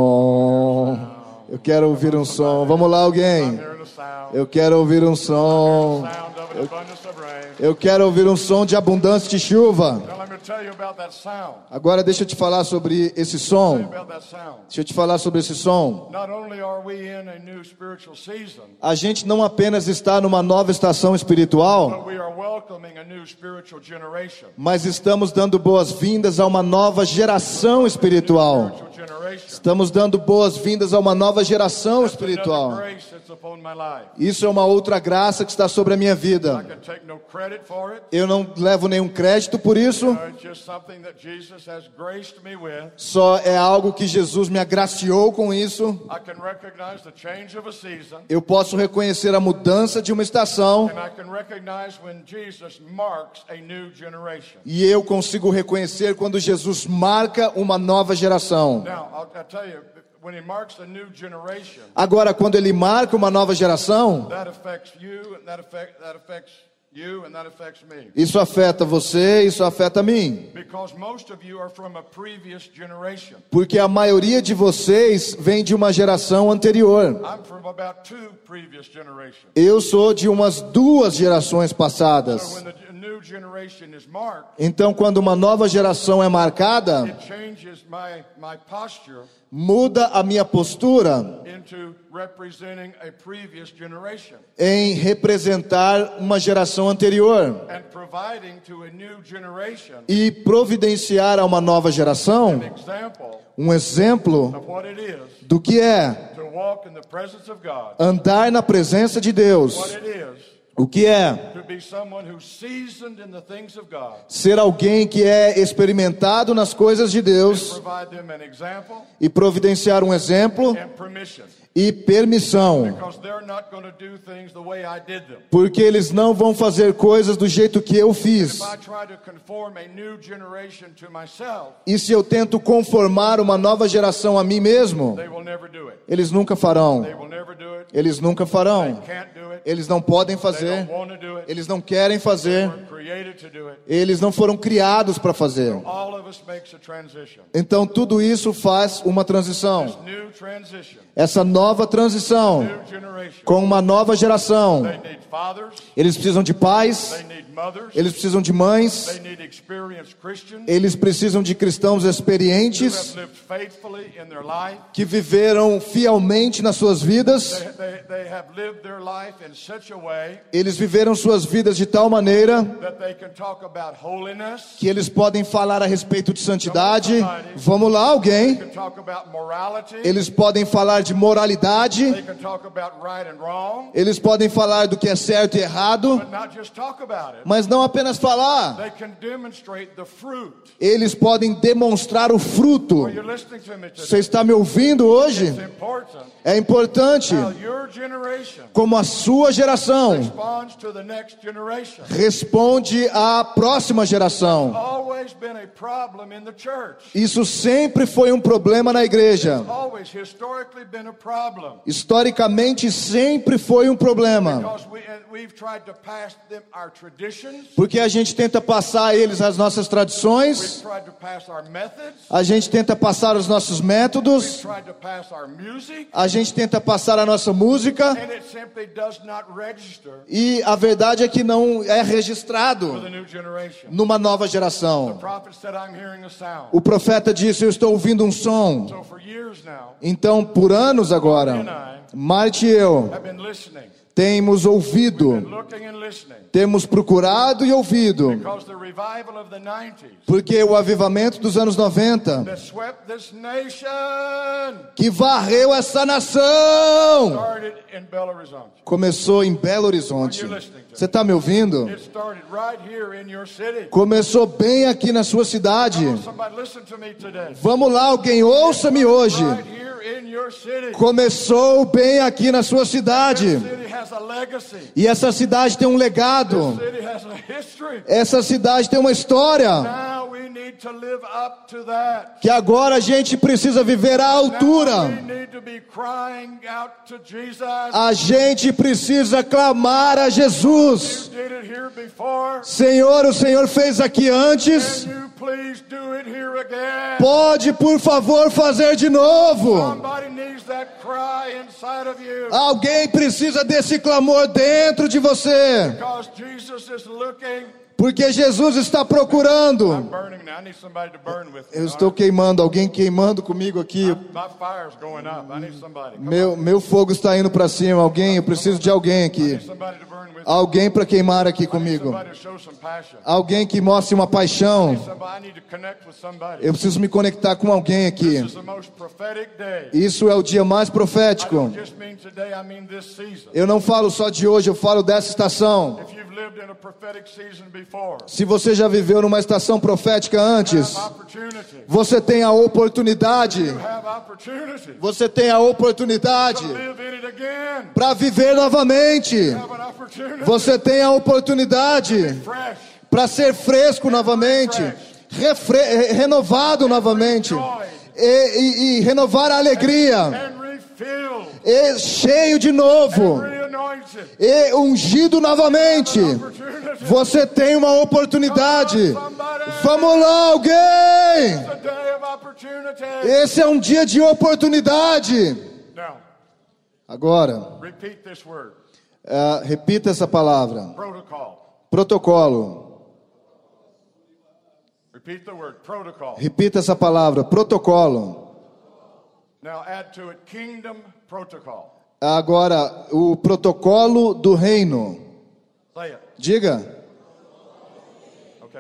S2: som. Eu quero ouvir um som. Vamos lá,
S1: I'm
S2: alguém.
S1: hearing a sound.
S2: Eu quero ouvir um som.
S1: Sound of an abundance of rain.
S2: Eu quero ouvir um som de abundância de chuva.
S1: Now let me tell you about that sound.
S2: Agora deixa eu te falar sobre esse
S1: Tell you
S2: som.
S1: about that sound.
S2: Deixa eu te falar sobre esse som.
S1: Not only are we in a new spiritual season,
S2: A gente não apenas está numa nova estação espiritual,
S1: but we are welcoming a new spiritual generation.
S2: mas estamos dando boas-vindas a uma nova geração espiritual.
S1: Spiritual generation.
S2: Estamos dando boas-vindas a uma nova geração
S1: That's another
S2: espiritual.
S1: grace that's upon my life.
S2: Isso é uma outra graça que está sobre a minha
S1: I
S2: vida.
S1: can take no credit for it.
S2: Eu não levo nenhum crédito por isso.
S1: Uh, It's just something that Jesus has graced me with.
S2: Só é algo que Jesus me agraciou com isso.
S1: I can recognize the change of a season,
S2: Eu posso reconhecer a mudança de uma estação.
S1: and I can recognize when Jesus marks a new generation.
S2: E eu consigo reconhecer quando Jesus marca uma nova geração.
S1: Now, I'll, I'll tell you, when he marks a new generation,
S2: Agora, quando ele marca uma nova geração,
S1: that affects you, and that affect that affects you, and that affects me.
S2: isso afeta você, isso afeta a mim.
S1: Because most of you are from a previous generation.
S2: Porque a maioria de vocês vem de uma geração anterior.
S1: I'm from about two previous generations.
S2: Eu sou de umas duas gerações
S1: So
S2: passadas.
S1: when the new generation is marked,
S2: Então, quando uma nova geração é marcada,
S1: it changes my my posture
S2: muda a minha postura
S1: into representing a previous generation
S2: em representar uma geração anterior
S1: and providing to a new generation
S2: e providenciar a uma nova geração
S1: an example
S2: um exemplo
S1: of what it is
S2: do que é
S1: to walk in the presence of God.
S2: Andar na presença de Deus.
S1: What it is
S2: O que é?
S1: to be someone who's seasoned in the things of God.
S2: Ser alguém que é experimentado nas coisas de Deus
S1: Provide them an example
S2: e providenciar um exemplo
S1: and permission.
S2: e permissão.
S1: Because they're not going to do things the way I did them.
S2: Porque eles não vão fazer coisas do jeito que eu fiz.
S1: If I try to conform a new generation to myself,
S2: E se eu tento conformar uma nova geração a mim mesmo,
S1: they will never do it.
S2: eles nunca farão.
S1: They will never do it.
S2: Eles nunca
S1: They
S2: farão.
S1: can't do it.
S2: Eles não podem
S1: They
S2: fazer.
S1: don't want to do it.
S2: Eles não querem
S1: They
S2: fazer.
S1: weren't created to do it.
S2: Eles não foram criados para fazer.
S1: All of us makes a transition.
S2: Então tudo isso faz uma
S1: This
S2: transição.
S1: new transition,
S2: Essa nova transição
S1: new generation.
S2: com uma nova geração.
S1: They need fathers.
S2: Eles precisam de pais,
S1: They need mothers.
S2: eles precisam de mães,
S1: They need experienced Christians
S2: eles precisam de cristãos
S1: who
S2: experientes
S1: have lived faithfully in their life.
S2: que viveram fielmente nas suas vidas.
S1: They, they, they have lived their life in such a way
S2: Eles viveram suas vidas de tal maneira
S1: that they can talk about holiness,
S2: que eles podem falar a respeito de santidade. Vamos lá, alguém.
S1: they can talk about morality,
S2: Eles podem falar de moralidade.
S1: they can talk about right and wrong,
S2: Eles podem falar do que é certo e errado,
S1: but not just talk about it.
S2: mas não apenas falar.
S1: They can demonstrate the fruit.
S2: Eles podem demonstrar o fruto.
S1: Are you listening to me
S2: Você
S1: today?
S2: está me ouvindo hoje?
S1: It's important
S2: É importante
S1: how your generation
S2: como a sua geração
S1: responds to the next generation.
S2: responde à próxima geração.
S1: Always been a problem in the church.
S2: Isso sempre foi um problema na igreja.
S1: Always historically been a problem.
S2: Historicamente sempre foi um problema.
S1: Because we, and we've tried to pass them our traditions.
S2: Porque a gente tenta passar a eles as nossas
S1: We've
S2: tradições,
S1: tried to pass our methods.
S2: a gente tenta passar os nossos
S1: We've
S2: métodos,
S1: tried to pass our music.
S2: a gente tenta passar a nossa música,
S1: And it simply does not register
S2: e a verdade é que não é
S1: for
S2: registrado
S1: the new generation.
S2: numa nova
S1: The
S2: geração.
S1: prophet said, I'm hearing a sound.
S2: O profeta disse: eu estou ouvindo um som.
S1: So for years now,
S2: Então, por anos agora, Marte e eu
S1: I've been listening,
S2: temos
S1: been
S2: ouvido,
S1: looking and listening.
S2: temos procurado e ouvido,
S1: Because the revival of the nineties
S2: porque o avivamento dos anos noventa,
S1: that swept this nation
S2: que varreu essa nação,
S1: started in Belo Horizonte.
S2: começou em Belo Horizonte. Você está me ouvindo?
S1: It started right here in your city.
S2: Começou bem aqui na sua cidade.
S1: Somebody listen to me today.
S2: Vamos lá, alguém ouça-me hoje.
S1: Right here in your city.
S2: Começou bem aqui na sua cidade.
S1: This city has a legacy.
S2: E essa cidade tem um legado.
S1: This city has a history.
S2: Essa cidade tem uma história.
S1: Now we need to live up to that.
S2: Que agora a gente precisa viver à
S1: Now
S2: altura.
S1: we need to be crying out to Jesus.
S2: A gente precisa clamar a Jesus.
S1: You did it here before.
S2: Senhor, o Senhor fez aqui antes.
S1: Can you please do it here again?
S2: Pode, por favor, fazer de novo.
S1: Somebody needs that cry inside of you.
S2: Alguém precisa desse clamor dentro de você.
S1: Because Jesus is looking.
S2: Porque Jesus está procurando.
S1: I'm burning now. I need somebody to burn with me.
S2: Eu estou queimando, alguém queimando comigo aqui.
S1: My fire's going up. I need somebody. Come
S2: Meu, meu fogo está indo para cima. Alguém, eu preciso de alguém
S1: on. I
S2: aqui.
S1: need somebody to burn with me.
S2: Alguém para queimar aqui
S1: I need
S2: comigo.
S1: somebody to show some passion.
S2: Alguém que mostre uma paixão.
S1: Somebody, I need to connect with somebody.
S2: Eu preciso me conectar com alguém aqui.
S1: This is the most prophetic day.
S2: Isso é o dia mais
S1: I
S2: profético.
S1: don't just mean today, I mean this season.
S2: Eu não falo só de hoje, eu falo dessa estação.
S1: If you've lived in a prophetic season before,
S2: Se você já viveu numa estação profética antes,
S1: have opportunity.
S2: você tem a oportunidade.
S1: You have opportunity
S2: Você tem a oportunidade
S1: to live in it again.
S2: para viver novamente.
S1: Have an opportunity
S2: Você tem a oportunidade
S1: fresh.
S2: para ser fresco novamente, refre- eh, renovado novamente, e, e- e renovar a alegria,
S1: And refilled.
S2: e cheio de novo,
S1: Reanointed.
S2: e ungido novamente.
S1: Opportunity.
S2: Você tem uma oportunidade. Vamos lá, alguém!
S1: It's a day of opportunity.
S2: Esse é um dia de oportunidade.
S1: Now,
S2: Agora,
S1: repeat this word.
S2: ah, repita essa palavra:
S1: Protocol.
S2: protocolo.
S1: Repeat the word. Protocol.
S2: Repita essa palavra: protocolo.
S1: Now add to it kingdom protocol.
S2: Agora, o protocolo do reino.
S1: Say it.
S2: Diga.
S1: Okay,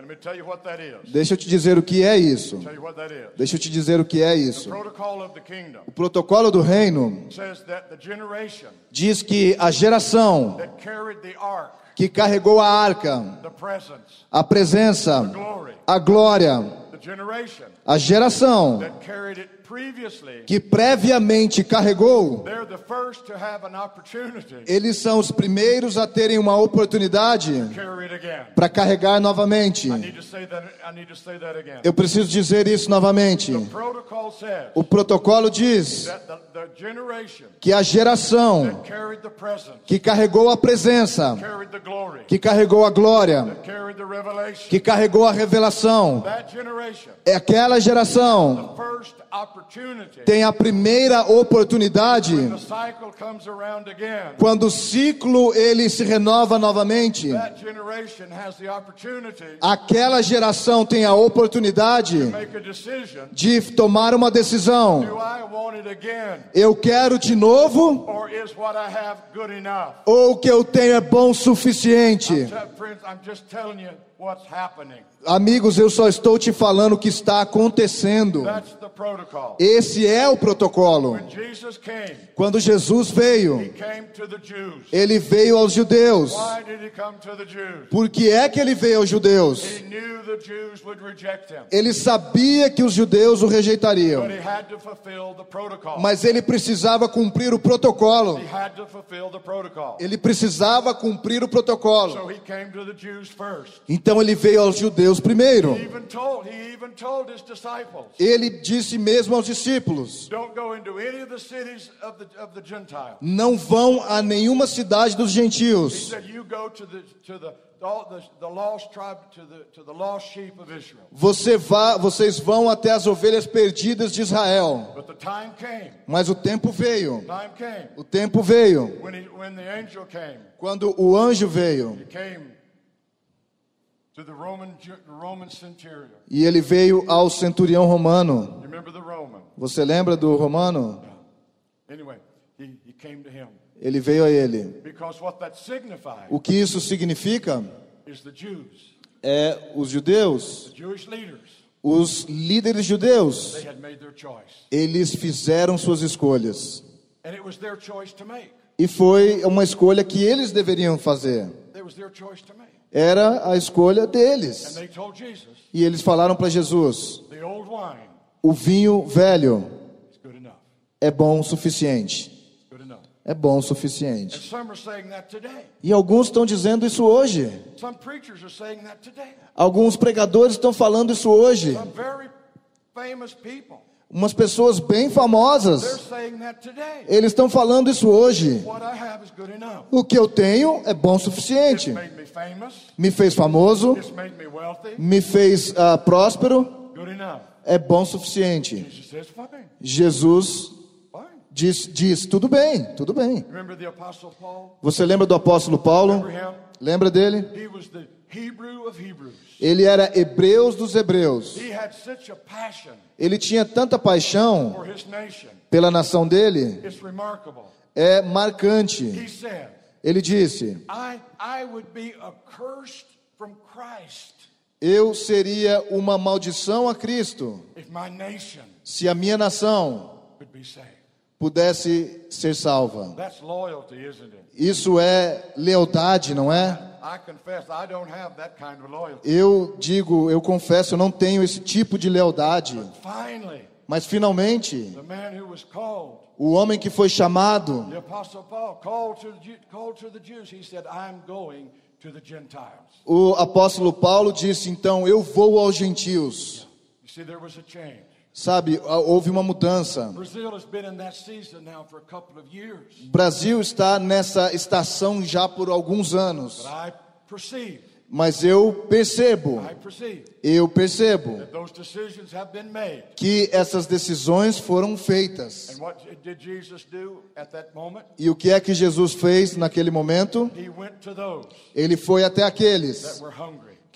S1: Let me tell you what that is.
S2: Deixa eu te dizer o que é isso.
S1: Tell you what that is.
S2: Deixa eu te dizer o que é
S1: The
S2: isso.
S1: protocol of the kingdom
S2: O protocolo do reino
S1: says that the generation
S2: diz que a geração
S1: that carried the ark,
S2: que carregou a arca,
S1: the presence,
S2: a presença,
S1: glory,
S2: a glória,
S1: the generation
S2: a geração
S1: that carried it previously,
S2: que previamente carregou,
S1: they're the first to have an opportunity
S2: eles são os primeiros a terem uma oportunidade
S1: to carry it again.
S2: para carregar novamente.
S1: I need to say that. I need to say that again.
S2: Eu preciso dizer isso novamente.
S1: The protocol says
S2: O protocolo diz
S1: that the, the generation
S2: que a geração
S1: that carried the presence,
S2: que carregou a presença,
S1: carried the glory,
S2: que carregou a glória,
S1: that carried the revelation,
S2: que carregou a revelação,
S1: that generation,
S2: é aquela geração
S1: the first opportunity,
S2: tem a primeira oportunidade
S1: the cycle comes around again.
S2: quando o ciclo ele se renova novamente.
S1: That generation has the opportunity
S2: Aquela geração tem a oportunidade
S1: to make a decision.
S2: de tomar uma decisão.
S1: Do I want it again,
S2: Eu quero de novo
S1: or is what I have good enough?
S2: ou o que eu tenho é bom o suficiente?
S1: Te- Friends, I'm just telling you what's happening.
S2: Amigos, eu só estou te falando o que está acontecendo.
S1: That's the protocol.
S2: Esse é o protocolo.
S1: When Jesus came,
S2: Quando Jesus veio,
S1: he came to the Jews.
S2: ele veio aos judeus.
S1: Why did he come to the Jews?
S2: Por que é que ele veio aos judeus?
S1: He knew the Jews would reject him,
S2: Ele sabia que os judeus o rejeitariam,
S1: but he had to fulfill the protocol.
S2: mas ele precisava cumprir o protocolo.
S1: He had to fulfill the protocol.
S2: Ele precisava cumprir o protocolo.
S1: So he came to the Jews first.
S2: Então ele veio aos judeus primeiro.
S1: He even told, he even told his disciples,
S2: Ele disse mesmo aos discípulos:
S1: don't go into any of the cities of the of the Gentiles.
S2: não vão a nenhuma cidade dos
S1: He
S2: gentios.
S1: said, you go to the to the all the, the lost tribe, to the to the lost sheep of Israel.
S2: Você vá, vocês vão até as ovelhas perdidas de Israel.
S1: But the time came.
S2: Mas o tempo veio.
S1: Time came
S2: O tempo veio.
S1: when he, when the angel came.
S2: Quando o anjo veio.
S1: He came to the Roman the Roman centurion.
S2: E ele veio ao centurião romano.
S1: You remember the Roman?
S2: Você lembra do romano?
S1: Anyway, he, he came to him
S2: Ele veio a ele.
S1: because what that signified
S2: O que isso significa
S1: is the Jews,
S2: é os judeus,
S1: the Jewish leaders.
S2: os líderes judeus,
S1: They had made their choice,
S2: eles fizeram suas escolhas.
S1: and it was their choice to make.
S2: E foi uma escolha que eles deveriam fazer.
S1: It was their choice to make.
S2: Era a escolha
S1: And
S2: deles.
S1: they told Jesus,
S2: E eles falaram para Jesus:
S1: the old wine
S2: o vinho velho
S1: is good enough.
S2: é bom o suficiente.
S1: It's good enough.
S2: É bom o
S1: And
S2: suficiente.
S1: some are saying that today.
S2: E alguns estão dizendo isso hoje.
S1: Some preachers are saying that today.
S2: Alguns pregadores estão falando isso hoje.
S1: Some very famous people,
S2: Umas pessoas bem
S1: they're
S2: famosas,
S1: saying that today.
S2: eles estão falando isso hoje.
S1: What I have is good enough.
S2: O que eu tenho é bom o
S1: It's
S2: suficiente.
S1: made me famous.
S2: Me fez famoso,
S1: It's made me wealthy.
S2: me fez ah, próspero,
S1: Good enough.
S2: é bom o suficiente.
S1: Jesus says, fine,
S2: Jesus
S1: fine.
S2: diz, diz, tudo bem, tudo bem.
S1: Remember the Apostle Paul?
S2: Você lembra do apóstolo Paulo?
S1: Remember him?
S2: Lembra dele?
S1: He was the Hebrew of Hebrews.
S2: Ele era hebreus dos hebreus.
S1: He had such a passion
S2: Ele tinha tanta paixão
S1: for his nation.
S2: pela nação dele,
S1: It's remarkable.
S2: é marcante.
S1: He said,
S2: Ele disse:
S1: I, I would be accursed from Christ
S2: eu seria uma maldição a Cristo
S1: if my nation
S2: se a minha nação
S1: would be saved.
S2: pudesse ser salva.
S1: That's loyalty, isn't it?
S2: Isso é lealdade, não é?
S1: I confess I don't have that kind of loyalty.
S2: Eu digo, eu confesso, eu não tenho esse tipo de lealdade.
S1: Finally,
S2: Mas finalmente,
S1: the man who was called,
S2: o homem que foi chamado,
S1: the Apostle Paul, called to the, Ju- called to the Jews, he said, I'm going to the Gentiles.
S2: o apóstolo Paulo disse, então, eu vou aos gentios.
S1: You see, there was a change.
S2: Sabe, houve uma mudança.
S1: Brazil has been in that season now for a couple of years.
S2: O Brasil está nessa estação já por alguns anos.
S1: But I perceive,
S2: Mas eu percebo,
S1: I perceive
S2: eu percebo
S1: that those decisions have been made.
S2: que essas decisões foram feitas.
S1: And what did Jesus do at that moment?
S2: E o que é que Jesus fez naquele momento?
S1: He went to those
S2: Ele foi até
S1: that
S2: aqueles
S1: were hungry.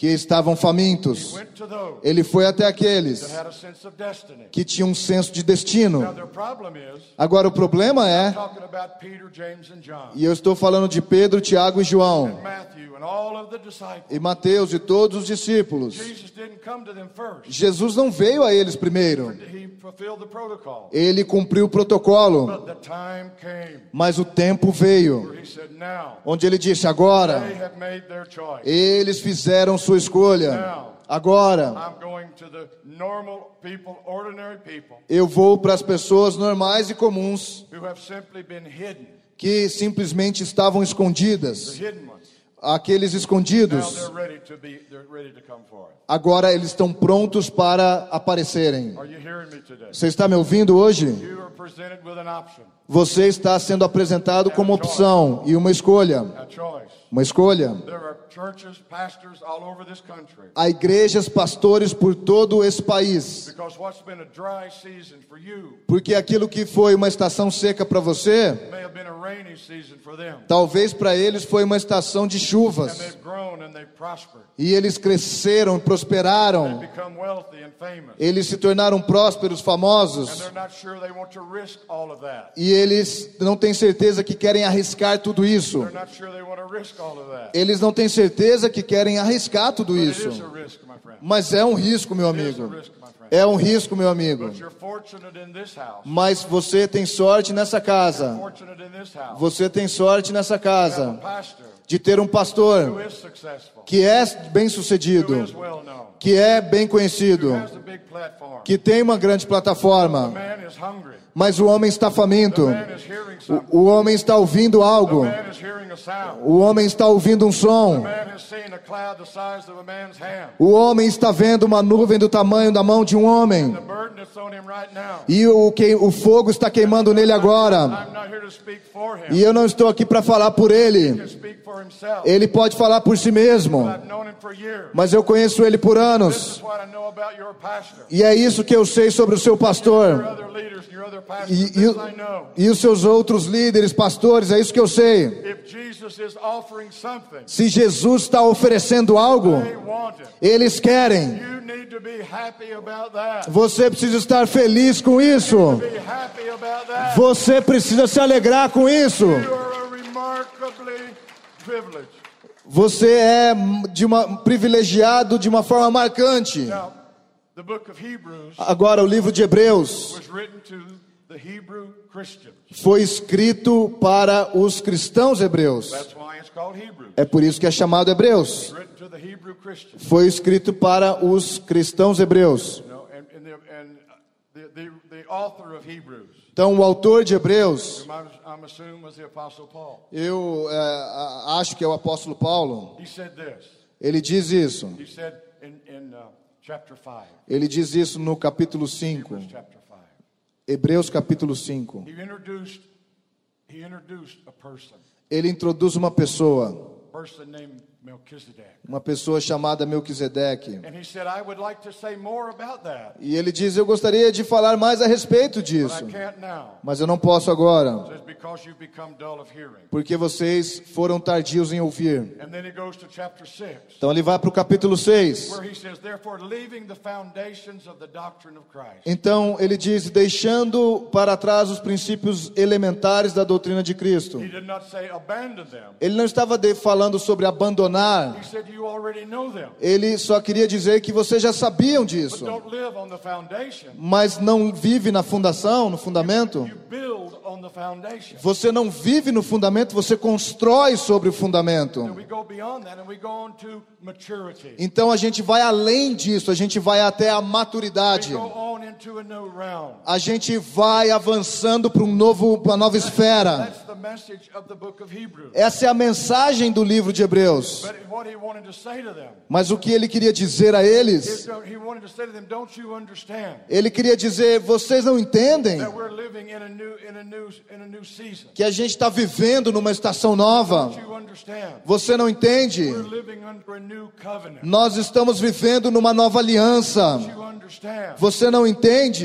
S2: que estavam
S1: He
S2: famintos.
S1: went to those
S2: Ele foi até aqueles
S1: that had a sense of destiny.
S2: que tinham um senso de
S1: Now
S2: destino.
S1: their problem is,
S2: Agora o problema é,
S1: talking about Peter, James, and John,
S2: e eu estou falando de Pedro, Tiago e João,
S1: and Matthew, and all of the disciples.
S2: e Mateus e todos os discípulos.
S1: Jesus didn't come to them first.
S2: Jesus não veio a eles primeiro.
S1: He fulfilled the protocol.
S2: Ele cumpriu o protocolo,
S1: But the time came
S2: mas o tempo veio,
S1: where he said, now
S2: onde ele disse:
S1: they
S2: agora
S1: have made their choice.
S2: eles fizeram sua escolha. Agora
S1: I'm going to the normal people, ordinary people,
S2: eu vou para as pessoas normais e comuns
S1: who have simply been hidden,
S2: que simplesmente estavam
S1: the
S2: escondidas.
S1: hidden ones.
S2: Aqueles
S1: Now
S2: escondidos,
S1: they're ready to be, they're ready to come forth.
S2: agora eles estão prontos para aparecerem.
S1: Are you hearing me today?
S2: Você está me ouvindo hoje?
S1: You are presented with an option,
S2: Você está sendo apresentado como opção e uma escolha.
S1: a choice.
S2: Uma escolha.
S1: There are churches, pastors all over this country.
S2: Há igrejas, pastores por todo esse país.
S1: Because what's been a dry season for you
S2: Porque aquilo que foi uma estação seca para você,
S1: may have been a rainy season for them.
S2: talvez para eles foi uma estação de
S1: And
S2: chuvas.
S1: they've grown and they've prospered.
S2: E eles cresceram, prosperaram.
S1: They've become wealthy and famous.
S2: Eles se tornaram prósperos,
S1: And
S2: famosos.
S1: they're not sure they want to risk all of that.
S2: E eles não têm certeza que querem arriscar tudo isso.
S1: They're not sure they want to risk all of that.
S2: Eles não têm certeza que querem arriscar tudo
S1: But it
S2: isso.
S1: is a risk, my friend.
S2: Mas é um risco, meu
S1: It is a
S2: amigo.
S1: risk, my friend.
S2: É um risco, meu amigo.
S1: But you're fortunate in this house.
S2: Mas você tem sorte nessa casa.
S1: Fortunate in this house.
S2: Você tem sorte nessa
S1: You have a
S2: casa
S1: pastor
S2: de ter um
S1: who
S2: pastor
S1: is successful,
S2: que é bem
S1: who
S2: sucedido,
S1: is well known,
S2: que é bem
S1: who
S2: conhecido,
S1: has a big platform.
S2: que tem uma grande
S1: The
S2: plataforma.
S1: man is hungry.
S2: Mas o homem está
S1: The
S2: faminto.
S1: man is hearing something.
S2: O homem está ouvindo
S1: The
S2: algo.
S1: man is hearing a sound.
S2: O homem está ouvindo um
S1: The
S2: som.
S1: man has seen a cloud the size of a man's hand.
S2: O homem está vendo uma nuvem do tamanho da mão de um homem.
S1: The burden is on him right now.
S2: E o, que, o fogo está queimando nele agora.
S1: I'm not here to speak for him.
S2: E eu não estou aqui para falar por
S1: He
S2: ele.
S1: can speak for himself.
S2: Ele pode falar por si mesmo.
S1: I've known him for years.
S2: Mas eu conheço ele por
S1: This
S2: anos.
S1: is what I know about your pastor.
S2: E é isso que eu sei sobre o seu
S1: Your
S2: pastor.
S1: other leaders, your other pastors.
S2: E,
S1: This
S2: e,
S1: I
S2: o-
S1: know.
S2: e os seus outros líderes, pastores, é isso que eu sei.
S1: If Jesus is offering something,
S2: Se Jesus está oferecendo algo,
S1: they want it.
S2: eles querem.
S1: You need to be happy about that.
S2: Você precisa estar feliz com isso.
S1: Be happy about that.
S2: Você precisa se alegrar com isso.
S1: You are a remarkably privileged.
S2: Você é de uma privilegiado de uma forma marcante.
S1: Now, the book of Hebrews
S2: Agora o livro de Hebreus
S1: was written to the Hebrew Christians.
S2: foi escrito para os cristãos hebreus.
S1: That's why it's called Hebrews.
S2: É por isso que é chamado Hebreus.
S1: It's written to the Hebrew Christians.
S2: Foi escrito para os cristãos hebreus.
S1: You know, and, and, the, and the, the, the author of Hebrews,
S2: Então o autor de Hebreus,
S1: whom I'm, I'm assuming was the Apostle Paul,
S2: eu é, a- acho que é o apóstolo Paulo.
S1: he said this.
S2: Ele diz isso.
S1: He said in, in uh, chapter five,
S2: Ele diz isso no capítulo cinco.
S1: Hebrews chapter five.
S2: Hebreus capítulo cinco.
S1: He introduced, he introduced a person,
S2: Ele introduz uma pessoa,
S1: a person named Melchizedek.
S2: uma pessoa chamada Melquisedeque.
S1: And he said, I would like to say more about that,
S2: E ele diz: eu gostaria de falar mais a respeito
S1: but
S2: disso,
S1: I can't now.
S2: mas eu não posso agora,
S1: He says, because you've become dull of hearing.
S2: porque vocês foram tardios em ouvir.
S1: And then he goes to chapter six,
S2: Então ele vai para o capítulo seis.
S1: where he says, therefore, leaving the foundations of the doctrine of Christ.
S2: Então ele diz: deixando para trás os princípios elementares da doutrina de Cristo.
S1: He did not say abandon them.
S2: Ele não estava de- falando sobre abandonar.
S1: He said, you already know them,
S2: Ele só queria dizer que vocês já sabiam
S1: but
S2: disso,
S1: don't live on the foundation.
S2: mas não vive na fundação, no fundamento.
S1: You build on the foundation.
S2: Você não vive no fundamento, você constrói sobre o fundamento.
S1: And we go beyond that and we go on to maturity.
S2: Então a gente vai além disso, a gente vai até a
S1: We
S2: maturidade.
S1: go on into a new realm.
S2: A gente vai avançando para um novo, para uma nova esfera.
S1: That's the message of the book of Hebrews.
S2: Essa é a mensagem do livro de Hebreus.
S1: But what he wanted to say to them
S2: Mas o que ele queria dizer a
S1: is
S2: eles,
S1: that he wanted to say to them, don't you understand
S2: ele queria dizer: vocês não entendem
S1: that we're living in a new in a new in a new season?
S2: que a gente está vivendo numa estação nova?
S1: Don't you understand?
S2: Você não entende?
S1: We're living under a new covenant.
S2: Nós estamos vivendo numa nova aliança.
S1: Don't you understand?
S2: Você não entende?
S1: We're living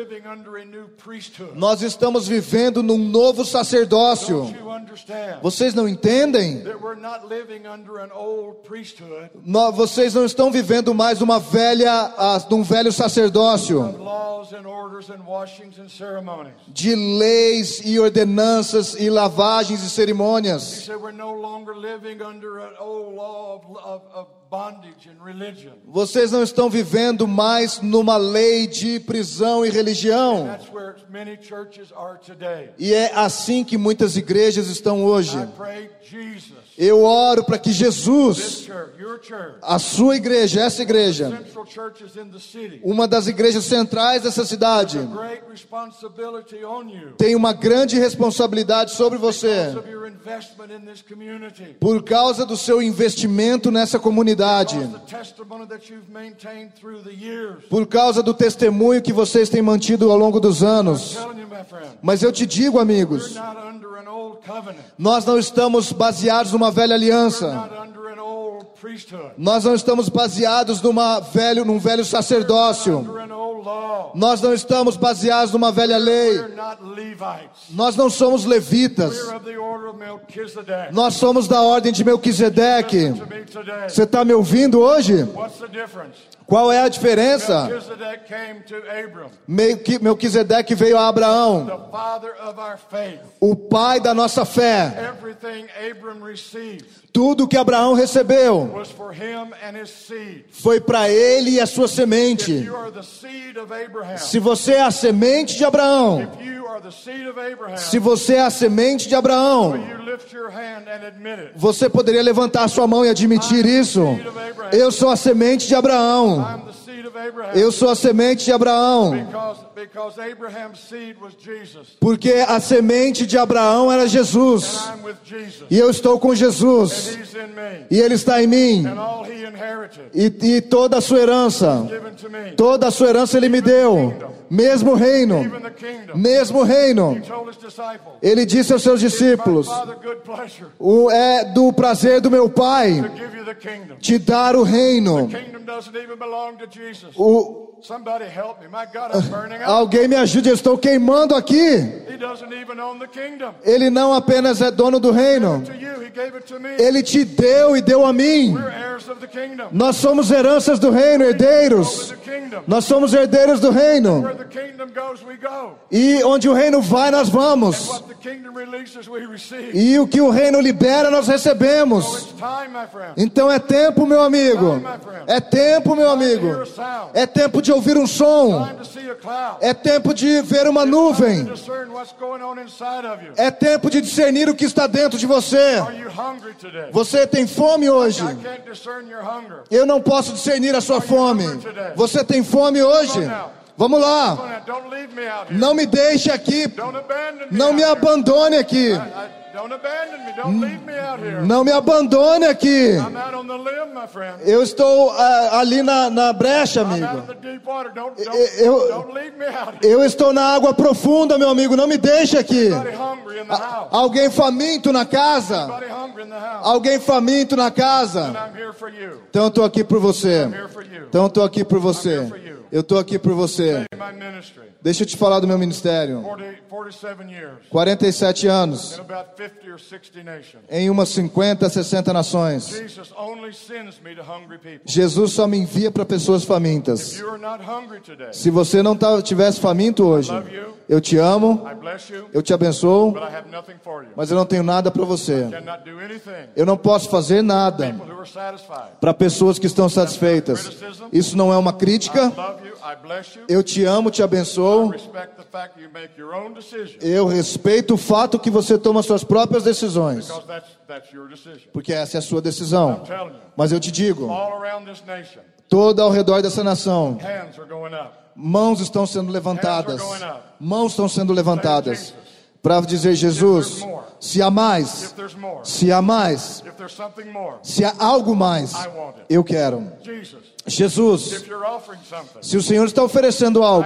S1: living under a new priesthood.
S2: Nós estamos vivendo num novo sacerdócio.
S1: Don't you understand
S2: Vocês não entendem?
S1: that we're not living under an old priesthood
S2: Nó- Vocês não estão vivendo mais uma velha, ah, num velho sacerdócio
S1: of laws and orders and washings and ceremonies?
S2: de leis e ordenanças e lavagens e
S1: He
S2: cerimônias.
S1: said we're no longer living under an old law of, of, of bondage and religion.
S2: Vocês não estão vivendo mais numa lei de prisão e religião.
S1: That's where many churches are today.
S2: E é assim que muitas igrejas estão hoje.
S1: I pray Jesus,
S2: Eu oro para que
S1: this
S2: Jesus,
S1: church, your church,
S2: a sua igreja, essa igreja,
S1: central churches in the city,
S2: uma das igrejas centrais dessa cidade,
S1: great responsibility on you
S2: tem uma grande responsabilidade sobre você
S1: because of your investment in this community.
S2: por causa do seu investimento nessa comunidade,
S1: Because the testimony that you've maintained through the years.
S2: por causa do testemunho que vocês têm mantido ao longo dos anos.
S1: I'm telling you, my friend,
S2: Mas eu te digo,
S1: we're
S2: amigos,
S1: not under an old covenant.
S2: nós não estamos baseados numa velha
S1: We're
S2: aliança.
S1: not under an old priesthood.
S2: Nós não estamos baseados numa velho, num velho sacerdócio.
S1: Under an old law.
S2: Nós não estamos baseados numa velha lei.
S1: We're not Levites.
S2: Nós não somos levitas.
S1: We're of the order of Melchizedek.
S2: Nós somos da ordem de Melquisedeque.
S1: Listen to me today.
S2: Você está me ouvindo hoje?
S1: What's the difference?
S2: Qual é a diferença?
S1: Melchizedek came to Abram,
S2: Melqui- Melquisedeque veio a Abraão,
S1: the father of our faith.
S2: o pai da nossa fé.
S1: Everything Abram received
S2: Tudo que Abraão recebeu
S1: was for him and his seed.
S2: foi para ele e a sua
S1: If
S2: semente.
S1: you are the seed of Abraham,
S2: Se você é a semente de Abraão,
S1: if you are the seed of Abraham,
S2: se você é a semente de Abraão,
S1: will you lift your hand and admit it?
S2: você poderia levantar sua mão e admitir isso? Eu sou a semente de Abraão.
S1: I'm the seed of Abraham.
S2: Eu sou a semente de Abraão.
S1: Because, because Abraham's seed was Jesus.
S2: Porque a semente de Abraão era Jesus.
S1: And I'm with Jesus.
S2: E eu estou com Jesus.
S1: And he's in me.
S2: E ele está em mim.
S1: And all he inherited
S2: E, e toda a sua herança,
S1: given to me.
S2: toda a sua herança ele me deu. Mesmo reino,
S1: Even the kingdom.
S2: mesmo reino.
S1: He told his disciples,
S2: Ele disse aos seus discípulos:
S1: my Father good pleasure
S2: o é do prazer do meu Pai
S1: to give you the kingdom.
S2: te dar o reino.
S1: Kingdom doesn't even belong to Jesus.
S2: O,
S1: Somebody help me. My God, I'm burning out.
S2: alguém me ajude, eu estou queimando aqui.
S1: He doesn't even own the kingdom.
S2: Ele não apenas é dono do reino,
S1: To you, he gave it to me.
S2: ele te deu e deu a mim.
S1: We're heirs of the kingdom.
S2: Nós somos heranças do reino,
S1: Over
S2: herdeiros.
S1: the kingdom.
S2: Nós somos herdeiros do reino.
S1: Where the kingdom goes, we go.
S2: E onde o reino vai, nós vamos.
S1: What the kingdom releases, we receive.
S2: E o que o reino libera, nós recebemos.
S1: So it's time, my friend.
S2: Então é tempo, meu amigo. É tempo, meu amigo.
S1: Hear a sound.
S2: É tempo de ouvir um som.
S1: Time to see a cloud.
S2: É tempo de ver uma
S1: Time
S2: nuvem.
S1: to discern what's going on inside of you.
S2: É tempo de discernir o que está dentro de você.
S1: Are you hungry today?
S2: Você tem fome hoje.
S1: I can't discern your hunger.
S2: Eu não posso discernir a sua fome. Você tem fome hoje? Vamos lá.
S1: Come on, don't leave me out here.
S2: Não me deixe aqui.
S1: Don't abandon me.
S2: Não
S1: out
S2: me
S1: here.
S2: abandone aqui.
S1: I- I- Don't abandon me. Don't leave me out here.
S2: Não me abandone aqui.
S1: I'm out on the limb, my friend.
S2: Eu estou ah, ali na, na brecha,
S1: I'm out in
S2: amigo.
S1: the deep water. Don't, don't,
S2: Eu-
S1: don't leave me out here.
S2: Eu estou na água profunda, meu amigo. Não me deixe aqui.
S1: Somebody hungry in the house.
S2: Alguém faminto na casa?
S1: Somebody hungry in the house.
S2: Alguém faminto na
S1: And
S2: casa?
S1: I'm here for you.
S2: Então eu estou aqui por você.
S1: I'm here for you.
S2: Então eu estou aqui por você. Eu estou aqui por você.
S1: My ministry.
S2: Deixa eu te falar do meu ministério.
S1: forty, forty-seven years.
S2: quarenta e sete anos.
S1: In about fifty or sixty nations.
S2: Em umas cinquenta, sessenta nações.
S1: Jesus only sends me to hungry people.
S2: Jesus só me envia para pessoas
S1: If
S2: famintas.
S1: you are not hungry today,
S2: Se você não tá, tivesse faminto hoje, eu te amo,
S1: I bless you,
S2: eu te abençoo,
S1: but I have nothing for you.
S2: mas eu não tenho nada para você.
S1: Cannot do anything.
S2: Eu não posso fazer nada
S1: People who are satisfied.
S2: para pessoas que estão satisfeitas. Isso não é uma crítica.
S1: Love you. I bless you.
S2: Eu te amo, te abençoo.
S1: Respect the fact you make your own decision.
S2: Eu respeito o fato que você toma suas próprias decisões,
S1: Because that's, that's your decision.
S2: porque essa é a sua decisão.
S1: I'm telling you.
S2: Mas eu te digo,
S1: All around this nation,
S2: toda ao redor dessa nação,
S1: hands are going up.
S2: mãos estão sendo levantadas. Mãos estão sendo levantadas para dizer: Jesus, se há mais,
S1: If there's more,
S2: se há mais,
S1: if there's something more,
S2: se há algo mais,
S1: I want it.
S2: eu quero.
S1: Jesus,
S2: Jesus,
S1: if you're offering something,
S2: se o Senhor está oferecendo algo,
S1: I'm in.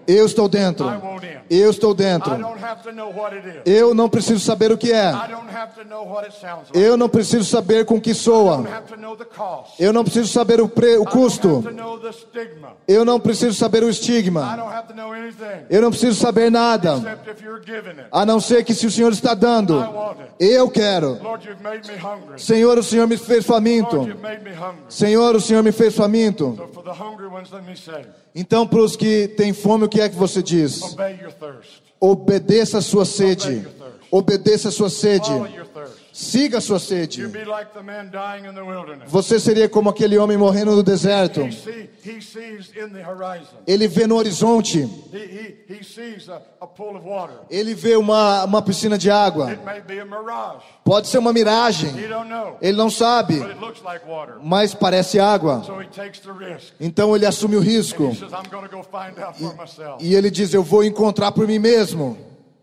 S2: Eu estou dentro.
S1: I want in.
S2: Eu estou dentro.
S1: I don't have to know what it is.
S2: Eu não preciso saber o que é.
S1: I don't have to know what it sounds like.
S2: Eu não preciso saber com que
S1: I
S2: soa.
S1: don't have to know the cost.
S2: Eu não preciso saber o, pre, o
S1: I don't
S2: custo.
S1: have to know the stigma.
S2: Eu não preciso saber o
S1: I
S2: estigma.
S1: don't have to know anything.
S2: Eu não preciso saber nada.
S1: Except if you're giving it.
S2: A não ser que se o Senhor está dando,
S1: I want it.
S2: eu quero.
S1: Lord, you've made me hungry.
S2: Senhor, o Senhor me fez faminto.
S1: Lord, you've made me hungry.
S2: Senhor, o Senhor me fez faminto.
S1: So for the hungry ones, let me say,
S2: Então, para os que têm fome, o que é que você diz?
S1: obey your thirst.
S2: Obedeça a sua sede. Obedeça a sua sede.
S1: Follow your thirst.
S2: Siga a sua
S1: You
S2: sede.
S1: be like the man dying in the wilderness.
S2: Você seria como aquele homem morrendo no deserto.
S1: He, see, he sees in the horizon.
S2: Ele vê no horizonte.
S1: He, he, he sees a, a pool of water.
S2: Ele vê uma, uma piscina de água.
S1: It may be a mirage.
S2: Pode ser uma miragem.
S1: He don't know.
S2: Ele não sabe,
S1: But it looks like water.
S2: mas parece água.
S1: So he takes the risk.
S2: Então ele assume o risco.
S1: He says, I'm going to go find out for myself.
S2: E ele diz, eu vou encontrar por mim mesmo.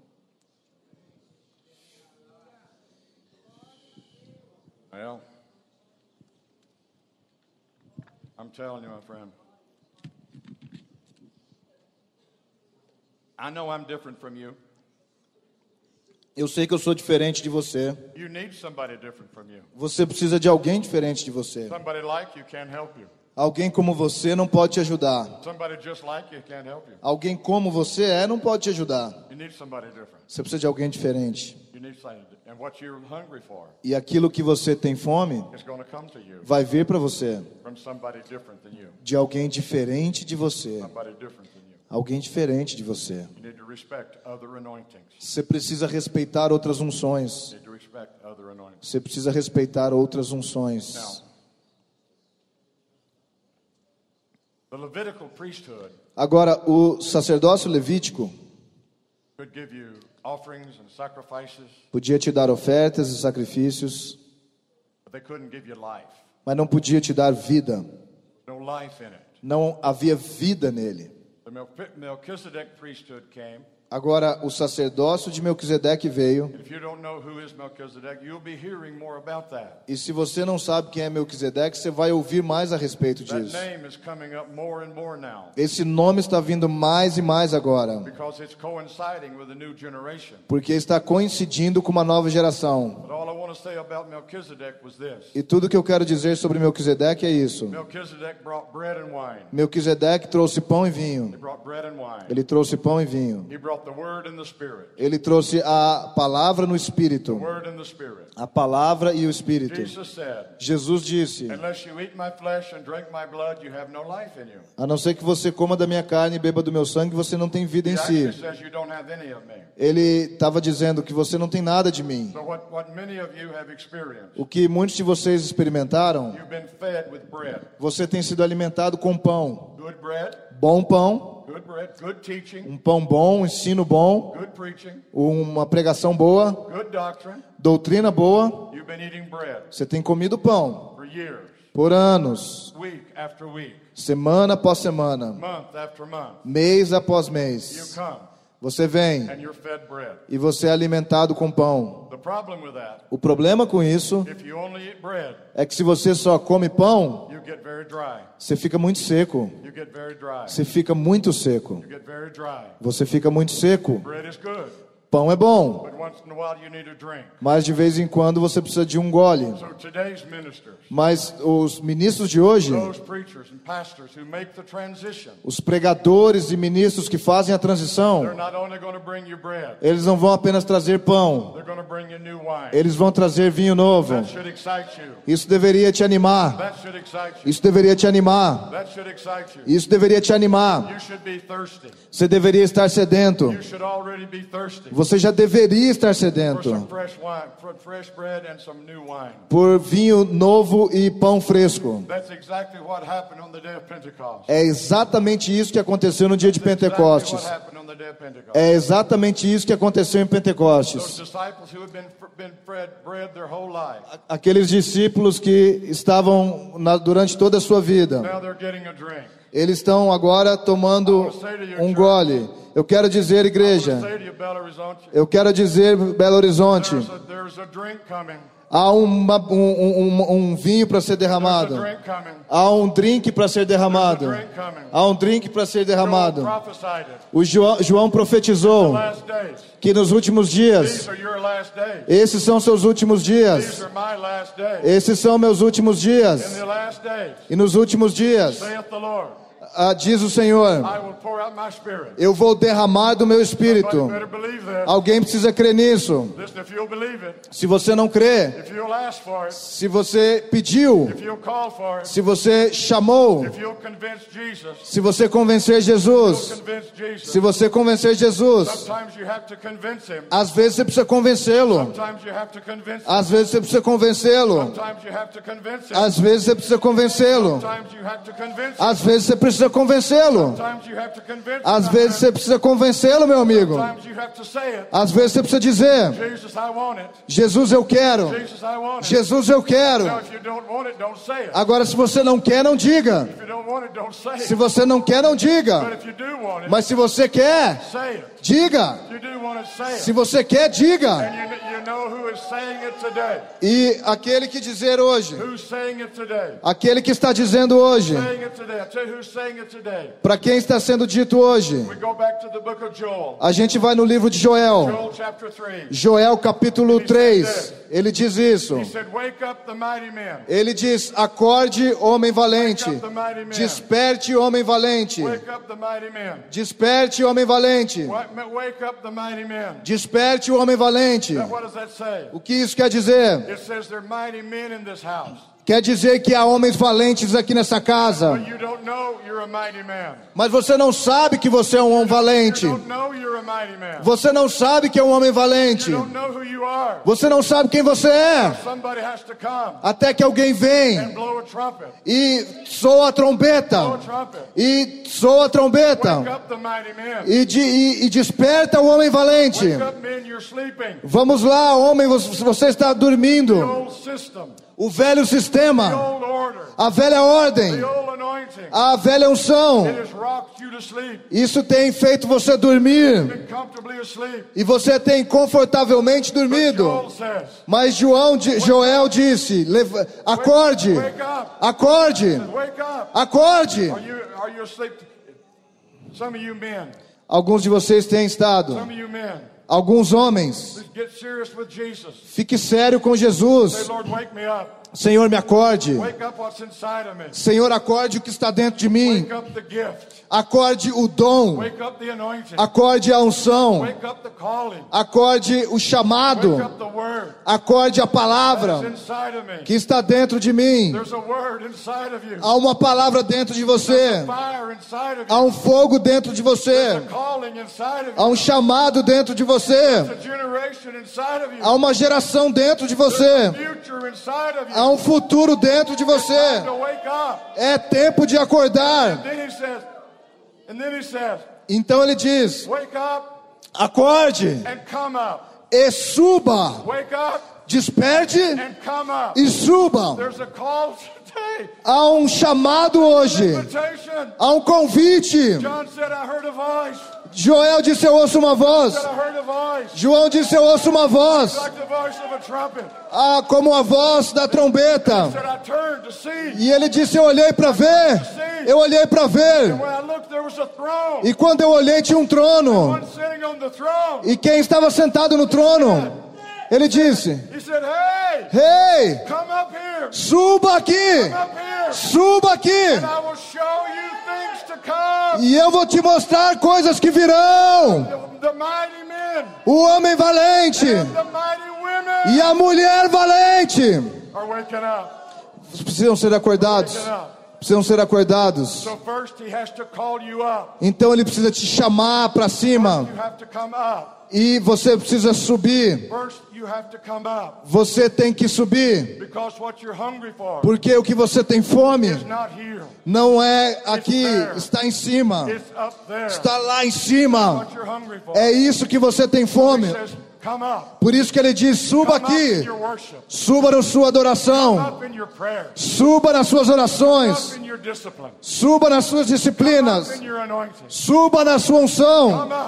S1: Well, I'm telling you, my friend. I know I'm different from you.
S2: Eu sei que eu sou diferente de você.
S1: You need somebody different from you.
S2: Você precisa de alguém diferente de você.
S1: Somebody like you can't help you.
S2: Alguém como você não pode te ajudar.
S1: Somebody just like you can't help you.
S2: Alguém como você é não pode te ajudar.
S1: You need somebody different.
S2: Você precisa de alguém diferente.
S1: You need somebody. And what you're hungry for
S2: E aquilo que você tem fome
S1: is going to come to you
S2: vai vir para você
S1: from somebody different than you.
S2: de alguém diferente de você.
S1: Somebody different than you.
S2: Alguém diferente de você.
S1: You need to respect other anointings.
S2: Você precisa respeitar outras unções.
S1: You need to respect other anointings.
S2: Você precisa respeitar outras unções.
S1: Now, the Levitical priesthood
S2: Agora, o sacerdócio levítico
S1: could give you offerings and sacrifices,
S2: podia te dar ofertas e sacrifícios,
S1: but they couldn't give you life.
S2: mas não podia te dar vida.
S1: No life in it.
S2: Não havia vida nele.
S1: The Melch- Melchizedek priesthood came.
S2: Agora, o sacerdócio de Melquisedeque veio.
S1: If you don't know who is Melchizedek, you'll be hearing more about that.
S2: E se você não sabe quem é Melquisedeque, você vai ouvir mais a respeito
S1: That
S2: disso.
S1: name is coming up more and more now
S2: Esse nome está vindo mais e mais agora,
S1: because it's coinciding with a new generation.
S2: porque está coincidindo com uma nova geração.
S1: But all I want to say about Melchizedek was this.
S2: E tudo que eu quero dizer sobre Melquisedeque é isso.
S1: Melchizedek brought bread and wine.
S2: Melquisedeque trouxe pão e vinho.
S1: He brought bread and wine.
S2: Ele trouxe pão e vinho.
S1: He brought the word and the spirit.
S2: Ele trouxe a palavra no
S1: The
S2: Espírito.
S1: word and the spirit.
S2: A palavra e o Espírito.
S1: Jesus said,
S2: Jesus disse,
S1: unless you eat my flesh and drink my blood, you have no life in you.
S2: a não ser que você coma da minha carne e beba do meu sangue, você não tem vida
S1: He
S2: em
S1: actually
S2: si.
S1: says you don't have any of me.
S2: Ele estava dizendo que você não tem nada de mim.
S1: So what, what many of you have experienced,
S2: O que muitos de vocês experimentaram,
S1: you've been fed with bread.
S2: você tem sido alimentado com pão.
S1: Good bread,
S2: Bom pão,
S1: good bread, good teaching,
S2: um pão bom, um ensino bom,
S1: good preaching,
S2: uma pregação boa,
S1: good doctrine.
S2: doutrina boa.
S1: You've been eating bread
S2: Você tem comido pão
S1: for years,
S2: por anos,
S1: week after week,
S2: semana após semana,
S1: month after month.
S2: mês após
S1: You
S2: mês.
S1: come
S2: Você vem
S1: and you're fed bread.
S2: e você é alimentado com pão.
S1: The problem with that,
S2: O problema com isso
S1: if you only eat bread,
S2: é que se você só come pão,
S1: you get very dry.
S2: você fica muito seco.
S1: You get very dry.
S2: Você fica muito seco.
S1: You get very dry.
S2: Você fica muito seco.
S1: Bread is good,
S2: Pão é bom,
S1: but once in a while you need a drink.
S2: mas de vez em quando você precisa de um gole.
S1: So today's ministers,
S2: Mas os ministros de hoje,
S1: those preachers and pastors who make the transition,
S2: os pregadores e ministros que fazem a
S1: they're
S2: transição,
S1: not only going to bring you bread,
S2: eles não vão apenas trazer pão,
S1: they're going to bring you new wine.
S2: eles vão trazer vinho novo.
S1: That should excite you.
S2: Isso deveria te animar.
S1: That should excite you.
S2: Isso deveria te animar.
S1: That should excite you.
S2: Isso deveria te animar.
S1: You should be thirsty.
S2: Você deveria estar sedento.
S1: You should already be thirsty
S2: Você já deveria estar
S1: for
S2: sedento
S1: some fresh wine, for fresh bread and some new wine.
S2: por vinho novo e pão fresco.
S1: That's exactly what happened on the day of Pentecost.
S2: É exatamente isso que aconteceu no dia de
S1: That's exactly
S2: Pentecostes.
S1: what happened on the day of Pentecost.
S2: É exatamente isso que aconteceu em
S1: Those
S2: Pentecostes.
S1: disciples who had been, been fed bread their whole life,
S2: Aqueles discípulos que estavam na, durante toda a sua vida,
S1: now they're getting a drink.
S2: eles estão agora tomando um gole. Eu quero dizer,
S1: I
S2: igreja,
S1: say to you, Belo Horizonte,
S2: eu quero dizer, Belo Horizonte,
S1: there's a, there's a drink coming.
S2: Há uma, um, um, um vinho para ser
S1: There's a
S2: derramado.
S1: drink coming.
S2: Há um drink para ser derramado.
S1: There's a drink coming.
S2: Há um drink para ser
S1: Joel
S2: derramado.
S1: prophesied it.
S2: O João, João profetizou
S1: Last days.
S2: que nos últimos dias,
S1: These are your last days.
S2: esses são seus últimos
S1: These
S2: dias.
S1: are my last days.
S2: Esses são meus últimos
S1: In
S2: dias.
S1: the last days,
S2: E nos últimos dias,
S1: saith the Lord,
S2: ah, diz o Senhor,
S1: I will pour out my spirit.
S2: eu vou derramar do meu
S1: But
S2: espírito.
S1: you better believe this.
S2: Alguém precisa crer nisso.
S1: Listen, if you'll believe it,
S2: Se você não crê,
S1: if you'll ask for it,
S2: se você pediu,
S1: if you'll call for it,
S2: se você chamou,
S1: if you'll convince Jesus,
S2: se você convencer
S1: you'll
S2: Jesus,
S1: convince Jesus.
S2: se você convencer Jesus,
S1: Sometimes you have to convince him.
S2: às vezes você precisa convencê-lo.
S1: Sometimes you have to convince him.
S2: Às vezes você precisa convencê-lo.
S1: Sometimes you have to convince him.
S2: Às vezes você precisa convencê-lo.
S1: Sometimes you have to convince him.
S2: Às vezes você precisa convencê-lo.
S1: Sometimes you have to convince him.
S2: Às vezes você precisa convencê-lo, meu amigo.
S1: Sometimes you have to say it.
S2: Às vezes você precisa dizer:
S1: Jesus, I want it.
S2: Jesus, eu quero.
S1: Jesus, I want it.
S2: Jesus, eu quero.
S1: Now, if you don't want it, don't say it.
S2: Agora, se você não quer, não diga.
S1: If you don't want it, don't say
S2: Se
S1: it.
S2: você não quer, não
S1: But
S2: diga.
S1: if you do want it,
S2: Mas se você quer,
S1: say it.
S2: diga.
S1: If you do want it, say it.
S2: Se você quer, diga.
S1: And you, you know who is saying it today.
S2: E aquele que dizer hoje,
S1: Who's saying it today?
S2: aquele que está dizendo hoje,
S1: Saying it today. I'll tell you who's saying it today.
S2: para quem está sendo dito hoje,
S1: We go back to the book of Joel.
S2: a gente vai no livro de Joel.
S1: Joel chapter three.
S2: Joel capítulo três, ele diz isso.
S1: He said, wake up the mighty men.
S2: Ele diz: acorde, homem valente.
S1: Wake up the mighty men.
S2: Desperte, homem valente.
S1: Wake up the mighty men.
S2: Desperte, homem valente.
S1: Wake wake up the mighty men.
S2: Desperte, homem valente.
S1: Now, what does that say?
S2: O que isso quer dizer?
S1: It says there are mighty men in this house.
S2: Quer dizer que há homens valentes aqui nessa casa.
S1: But you don't know you're a mighty man.
S2: Mas você não sabe que você é um homem valente.
S1: You don't know you're a mighty man.
S2: Você não sabe que é um homem valente.
S1: You don't know who you are.
S2: Você não sabe quem você é.
S1: Somebody has to come
S2: Até que alguém
S1: and
S2: vem
S1: blow a trumpet.
S2: e soa a
S1: Blow a
S2: trombeta.
S1: trumpet.
S2: E soa a trombeta.
S1: Wake up the mighty men.
S2: E, de, e, e desperta o homem valente.
S1: Wake up men, you're sleeping.
S2: Vamos lá, homem, você você está
S1: The
S2: dormindo.
S1: old system.
S2: O velho
S1: The
S2: sistema,
S1: old order.
S2: a velha ordem,
S1: The old anointing.
S2: a velha unção.
S1: It has rocked you to sleep.
S2: Isso tem feito você dormir.
S1: Been comfortably asleep.
S2: E você tem confortavelmente dormido.
S1: Joel says,
S2: Mas João, di- Joel disse: leva- acorde,
S1: wake up.
S2: acorde,
S1: Wake up.
S2: acorde.
S1: Are you, are you asleep? Some of you men.
S2: Alguns de vocês têm estado,
S1: Some of you men.
S2: alguns homens.
S1: Please get serious with Jesus.
S2: Fique sério com
S1: Say,
S2: Jesus.
S1: Lord, wake me up.
S2: Senhor, me acorde.
S1: Wake up what's inside of me.
S2: Senhor, acorde o que está dentro de mim.
S1: Wake up the gift.
S2: Acorde o dom.
S1: Wake up the anointing.
S2: Acorde a unção.
S1: Wake up the calling.
S2: Acorde o
S1: Wake
S2: chamado.
S1: up the word
S2: Acorde a
S1: that's
S2: palavra
S1: inside of me.
S2: que está dentro de mim.
S1: There's a word inside of you.
S2: Há uma palavra dentro de você.
S1: Fire inside of
S2: Há
S1: you.
S2: um fogo dentro de
S1: There's
S2: você.
S1: a calling inside of
S2: Há
S1: you.
S2: um chamado dentro de você.
S1: There's a generation inside of you.
S2: Há uma geração dentro de
S1: There's
S2: você.
S1: a future inside of you.
S2: Há um futuro dentro de você.
S1: Time to wake up.
S2: É tempo de acordar.
S1: Then he says, and then he says,
S2: Então ele diz:
S1: wake up
S2: acorde
S1: and come up.
S2: e suba.
S1: Wake up
S2: Desperte
S1: and come up.
S2: e suba.
S1: There's a call today.
S2: Há um chamado hoje.
S1: Invitation.
S2: Há um convite.
S1: John said, I heard a voice.
S2: Joel disse: eu ouço uma voz.
S1: Said, I heard a voice.
S2: João disse: eu ouço uma voz.
S1: Like the voice of a trumpet.
S2: Ah, como a voz da trombeta.
S1: Said, I turned to see.
S2: E ele disse: eu olhei para ver. Eu olhei para ver.
S1: When I looked, there was a throne.
S2: E quando eu olhei, tinha um trono.
S1: One sitting on the throne.
S2: E quem estava sentado no trono? Ele disse:
S1: He said, hey,
S2: Hey,
S1: come up here.
S2: suba aqui.
S1: Come up here.
S2: Suba aqui.
S1: And I will show you things to come.
S2: E eu vou te mostrar coisas que virão.
S1: The, the mighty men
S2: O homem valente
S1: and the mighty women
S2: e a mulher valente
S1: are waking up.
S2: precisam ser acordados.
S1: Waking up.
S2: Precisam ser acordados.
S1: So first he has to call you up.
S2: Então ele precisa te chamar para cima.
S1: You have to come up.
S2: E você precisa subir.
S1: First you have to come up.
S2: Você tem que subir.
S1: Because what you're hungry for
S2: Porque o que você tem fome
S1: is not here.
S2: não é aqui, está em cima.
S1: It's up there.
S2: Está lá em cima.
S1: What you're hungry for.
S2: É isso que você tem fome.
S1: He says, come up.
S2: Por isso que ele diz: suba
S1: Come up in
S2: aqui.
S1: your worship.
S2: Suba na sua adoração.
S1: Up in your prayer.
S2: Suba nas suas orações.
S1: Up in your discipline.
S2: Suba nas suas
S1: Up
S2: disciplinas.
S1: in your anointing.
S2: Suba na sua unção.
S1: Come up.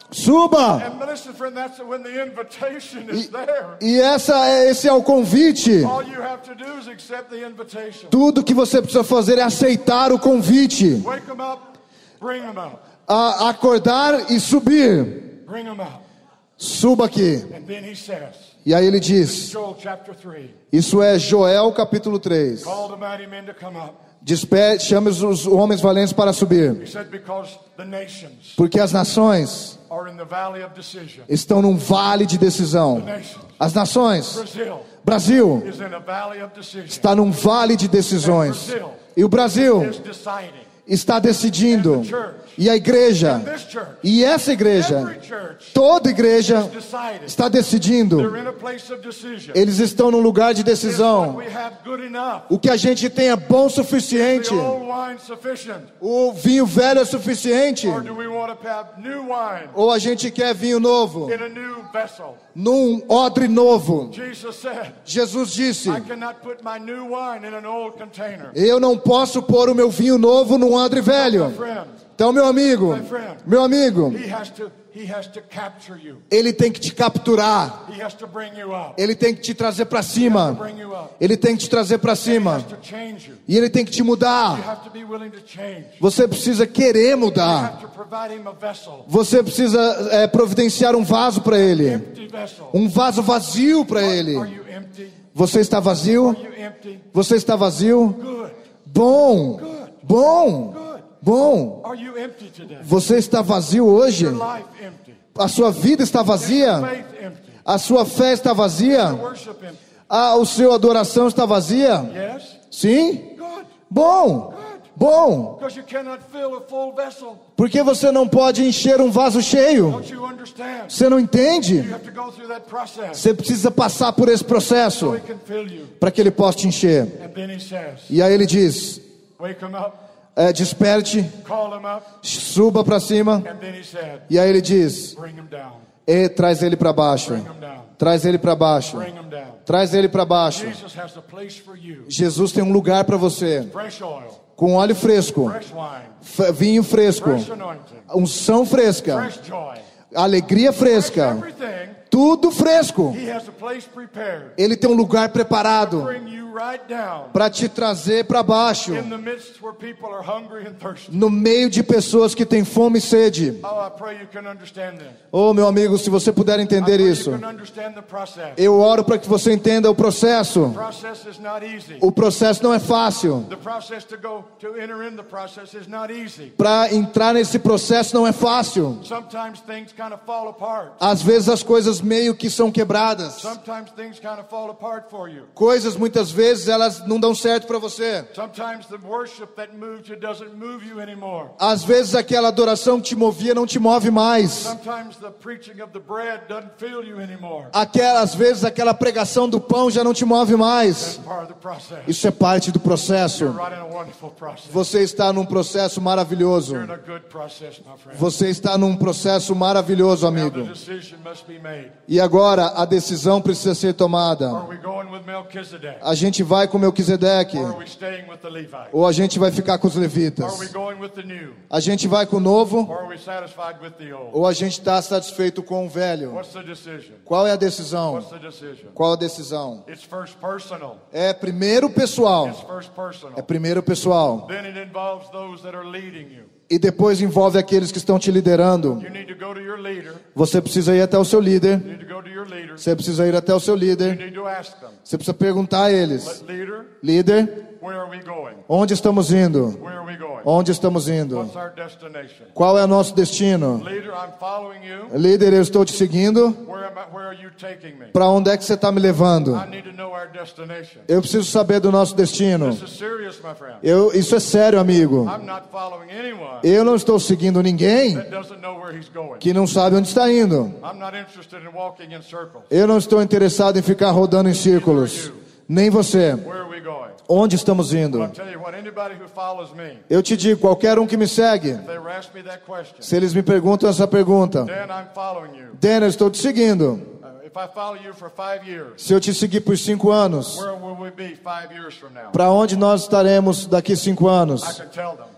S2: Suba.
S1: And listen, friend, that's when the invitation is there.
S2: E essa é, esse é o convite.
S1: All you have to do is accept the invitation.
S2: Tudo que você precisa fazer é aceitar o convite.
S1: Wake them up, bring them out.
S2: A acordar e subir.
S1: Bring them out.
S2: Suba aqui.
S1: And then he says,
S2: E aí ele diz,
S1: Joel chapter three,
S2: isso é Joel capítulo três.
S1: call the mighty men to come up.
S2: Despede, chame os, os homens valentes para subir.
S1: He said, because the nations
S2: Porque as nações
S1: are in the valley of decision.
S2: estão num vale de decisão.
S1: The nations.
S2: As nações,
S1: Brazil
S2: Brasil,
S1: is in a valley of decision.
S2: está num vale de decisões.
S1: Brasil
S2: E o Brasil
S1: is deciding.
S2: está decidindo.
S1: And the church,
S2: E a igreja,
S1: this church,
S2: e essa igreja,
S1: every church
S2: toda igreja
S1: is deciding.
S2: está decidindo.
S1: They're in a place of decision.
S2: Eles estão num lugar de
S1: Is what
S2: decisão.
S1: we have good enough?
S2: O que a gente tem é bom o suficiente.
S1: The old wine sufficient?
S2: O vinho velho é suficiente.
S1: Or do we want to have new wine
S2: Ou a gente quer vinho novo,
S1: in a new vessel?
S2: num odre novo.
S1: Jesus said,
S2: Jesus disse,
S1: I cannot put my new wine in an old container.
S2: eu não posso pôr o meu vinho novo num odre velho.
S1: My friend,
S2: Então, meu amigo,
S1: my friend,
S2: meu amigo,
S1: he has to he has to capture you.
S2: ele tem que te capturar.
S1: He has to bring you up.
S2: Ele tem que te trazer para
S1: He has to
S2: cima.
S1: bring you up.
S2: Ele tem que te trazer para
S1: He
S2: cima.
S1: has to change you.
S2: E ele tem que te
S1: You
S2: mudar.
S1: have to be willing to change.
S2: Você precisa querer
S1: You
S2: mudar.
S1: have to provide him a vessel,
S2: Você precisa é, providenciar um vaso para ele.
S1: empty vessel.
S2: Um vaso vazio para ele.
S1: Are you empty?
S2: Você está vazio?
S1: Are you empty?
S2: Você está vazio?
S1: Good.
S2: Bom.
S1: Good.
S2: Bom.
S1: Good.
S2: Bom.
S1: Are you empty today?
S2: Você está vazio hoje?
S1: Your life empty.
S2: A sua vida está vazia?
S1: Faith empty.
S2: A sua fé está vazia?
S1: Worship empty.
S2: A, o seu adoração está vazia?
S1: Yes?
S2: Sim?
S1: Good.
S2: Bom. Bom.
S1: Because you cannot fill a full vessel.
S2: Porque você não pode encher um vaso cheio.
S1: Don't you understand?
S2: Você não entende?
S1: You have to go through that process
S2: Você precisa passar por esse
S1: so
S2: processo
S1: he can fill you.
S2: para que ele possa te encher.
S1: And then he says,
S2: E aí ele diz,
S1: wake him up,
S2: é, desperte,
S1: call him up.
S2: suba para cima.
S1: And then he said,
S2: E aí ele diz,
S1: bring him down.
S2: e traz ele para baixo.
S1: Bring him down.
S2: Traz ele para baixo.
S1: Bring him down.
S2: Traz ele para baixo.
S1: Jesus has a place for you.
S2: Jesus tem um lugar para você.
S1: Fresh oil,
S2: Com óleo fresco,
S1: fresh wine,
S2: f- vinho fresco,
S1: fresh anointing,
S2: unção fresca,
S1: fresh joy,
S2: alegria
S1: fresh
S2: fresca,
S1: everything.
S2: tudo fresco.
S1: He has a place prepared
S2: Ele tem um lugar preparado
S1: to bring you right down
S2: para te trazer para baixo,
S1: in the midst where people are hungry and thirsty.
S2: no meio de pessoas que têm fome e sede.
S1: Oh, I pray you can understand this.
S2: Oh, meu amigo, se você puder
S1: I
S2: entender
S1: pray
S2: isso,
S1: you can understand the process.
S2: eu oro para que você entenda o processo.
S1: The process is not easy.
S2: O processo não é fácil.
S1: The process to go to enter in the process is not easy.
S2: Para entrar nesse processo não é fácil.
S1: Sometimes things kind of fall apart.
S2: Às vezes as coisas meio que são quebradas.
S1: Sometimes things kind of fall apart for you.
S2: Coisas muitas vezes elas não dão certo para você.
S1: Sometimes the worship that moved you doesn't move you anymore.
S2: Às vezes aquela adoração que te movia não te move mais.
S1: Sometimes the preaching of the bread doesn't fill you anymore.
S2: Aquela, às vezes aquela pregação do pão já não te move mais.
S1: That's part of the process.
S2: Isso é parte do processo.
S1: You're right in a wonderful process.
S2: Você está num processo maravilhoso.
S1: You're in a good process, my friend.
S2: Você está num processo maravilhoso,
S1: Now the
S2: amigo.
S1: decision must be made.
S2: E agora a decisão precisa ser tomada.
S1: Are we going with Melchizedek?
S2: A gente vai com Melquisedeque
S1: Or are we staying with the Levite?
S2: ou a gente vai ficar com os
S1: Are
S2: levitas?
S1: we going with the new?
S2: A gente vai com o novo
S1: Or are we satisfied with the old?
S2: ou a gente está satisfeito com o velho?
S1: What's the decision?
S2: Qual é a decisão?
S1: What's the decision?
S2: Qual a decisão?
S1: It's first personal.
S2: É primeiro pessoal.
S1: It's first personal.
S2: É primeiro pessoal.
S1: Then it involves those that are leading you.
S2: E depois envolve aqueles que estão te liderando.
S1: You need to go to your leader.
S2: Você precisa ir até o seu líder.
S1: You need to go to your leader.
S2: Você precisa ir até o seu
S1: You
S2: líder.
S1: need to ask them.
S2: Você precisa perguntar a eles:
S1: Let leader,
S2: líder,
S1: where are we going?
S2: onde estamos indo?
S1: Where are we going?
S2: Onde estamos indo?
S1: What's our destination?
S2: Qual é o nosso destino?
S1: Leader, I'm following you.
S2: Líder, eu estou te seguindo.
S1: Where am I, where are you taking me?
S2: Para onde é que você está me levando?
S1: I need to know our destination.
S2: Eu preciso saber do nosso destino.
S1: This is serious, my friend.
S2: Eu, isso é sério, amigo.
S1: I'm not following anyone
S2: Eu não estou seguindo ninguém
S1: that doesn't know where he's going.
S2: que não sabe onde está indo.
S1: I'm not interested in walking in circles.
S2: Eu não estou interessado em ficar rodando em círculos. Nem você.
S1: Where are we going?
S2: Onde estamos indo?
S1: I'll tell you what, anybody who follows me,
S2: Eu te digo, qualquer um que me segue,
S1: if they ask me that question,
S2: se eles me perguntam essa pergunta,
S1: then I'm following you.
S2: Dan, eu estou te seguindo.
S1: Uh, if I follow you for five years,
S2: Se eu te seguir por cinco anos,
S1: where will we be five years from now?
S2: para onde nós estaremos daqui cinco anos?
S1: I can tell them.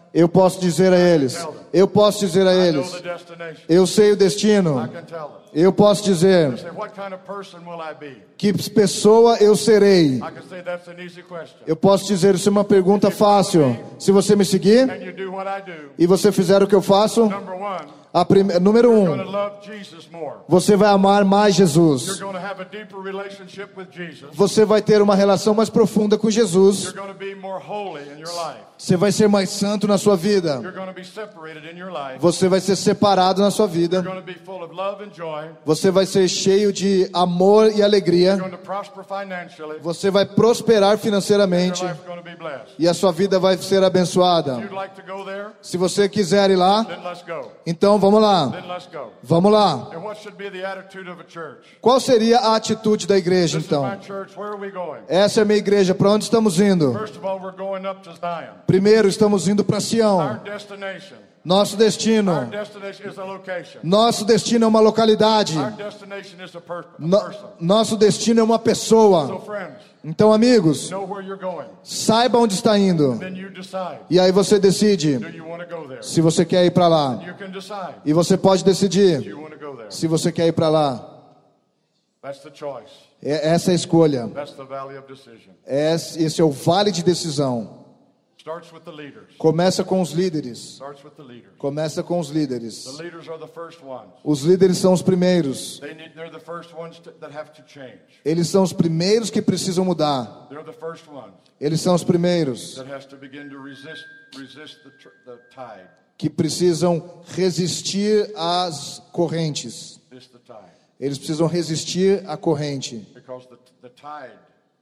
S2: Eu posso dizer a eles. Eu posso dizer a
S1: I know
S2: eles.
S1: the destination.
S2: Eu sei o
S1: I
S2: destino.
S1: can tell them.
S2: Eu posso dizer
S1: They say, what kind of person will I be?
S2: que pessoa eu serei.
S1: I can say that's an easy question.
S2: Eu posso dizer isso é uma pergunta fácil. Se você me seguir
S1: And you do what I do.
S2: e você fizer o que eu faço,
S1: Number one,
S2: a prime... número
S1: you're going to
S2: um,
S1: love Jesus more.
S2: você vai amar mais
S1: You're
S2: Jesus.
S1: going to have a deeper relationship with Jesus.
S2: Você vai ter uma relação mais profunda com Jesus.
S1: You're going to be more holy in your life.
S2: Você vai ser mais santo na sua vida.
S1: You're going to be separated in your life.
S2: Você vai ser separado na sua
S1: You're
S2: vida.
S1: going to be full of love and joy.
S2: Você vai ser cheio de amor e alegria.
S1: You're going to prosper financially.
S2: Você vai prosperar
S1: Your
S2: financeiramente
S1: life's going to be blessed.
S2: e a sua vida vai ser abençoada.
S1: If you'd like to go there,
S2: Se você quiser ir lá,
S1: then let's go.
S2: então vamos lá.
S1: Then let's go.
S2: Vamos lá.
S1: And what should be the attitude of a church?
S2: Qual seria a atitude da igreja
S1: This is my
S2: então?
S1: church. Where are we going?
S2: Essa é a minha igreja. Para onde estamos indo?
S1: First of all, we're going up to Zion.
S2: Primeiro, estamos indo para
S1: Our
S2: Sião.
S1: destination.
S2: Nosso
S1: Our
S2: destino.
S1: destination is a location.
S2: Nosso destino é uma localidade.
S1: Our destination is a, per- a
S2: No-
S1: person.
S2: nosso destino é uma
S1: So,
S2: pessoa.
S1: friends,
S2: Então, amigos,
S1: know where you're going.
S2: saiba onde está indo.
S1: Then you decide.
S2: E aí você decide
S1: Do you want to go there?
S2: se você quer ir para lá.
S1: You can decide.
S2: E você pode
S1: Do
S2: decidir
S1: you want to go there?
S2: se você quer ir para lá.
S1: That's the choice.
S2: É- Essa é a escolha.
S1: That's the valley of decision.
S2: Esse esse é o vale de decisão.
S1: Starts with the leaders.
S2: Começa com os líderes.
S1: Starts with the leaders.
S2: Começa com os líderes.
S1: The leaders are the first ones.
S2: Os líderes são os primeiros.
S1: They need, they're the first ones to, that have to change.
S2: Eles são os primeiros que precisam mudar.
S1: They're the first ones
S2: Eles são os primeiros
S1: that has to begin to resist resist the, tr- the tide.
S2: que precisam resistir às correntes.
S1: Resist the tide.
S2: Eles precisam resistir à corrente.
S1: Because the, the tide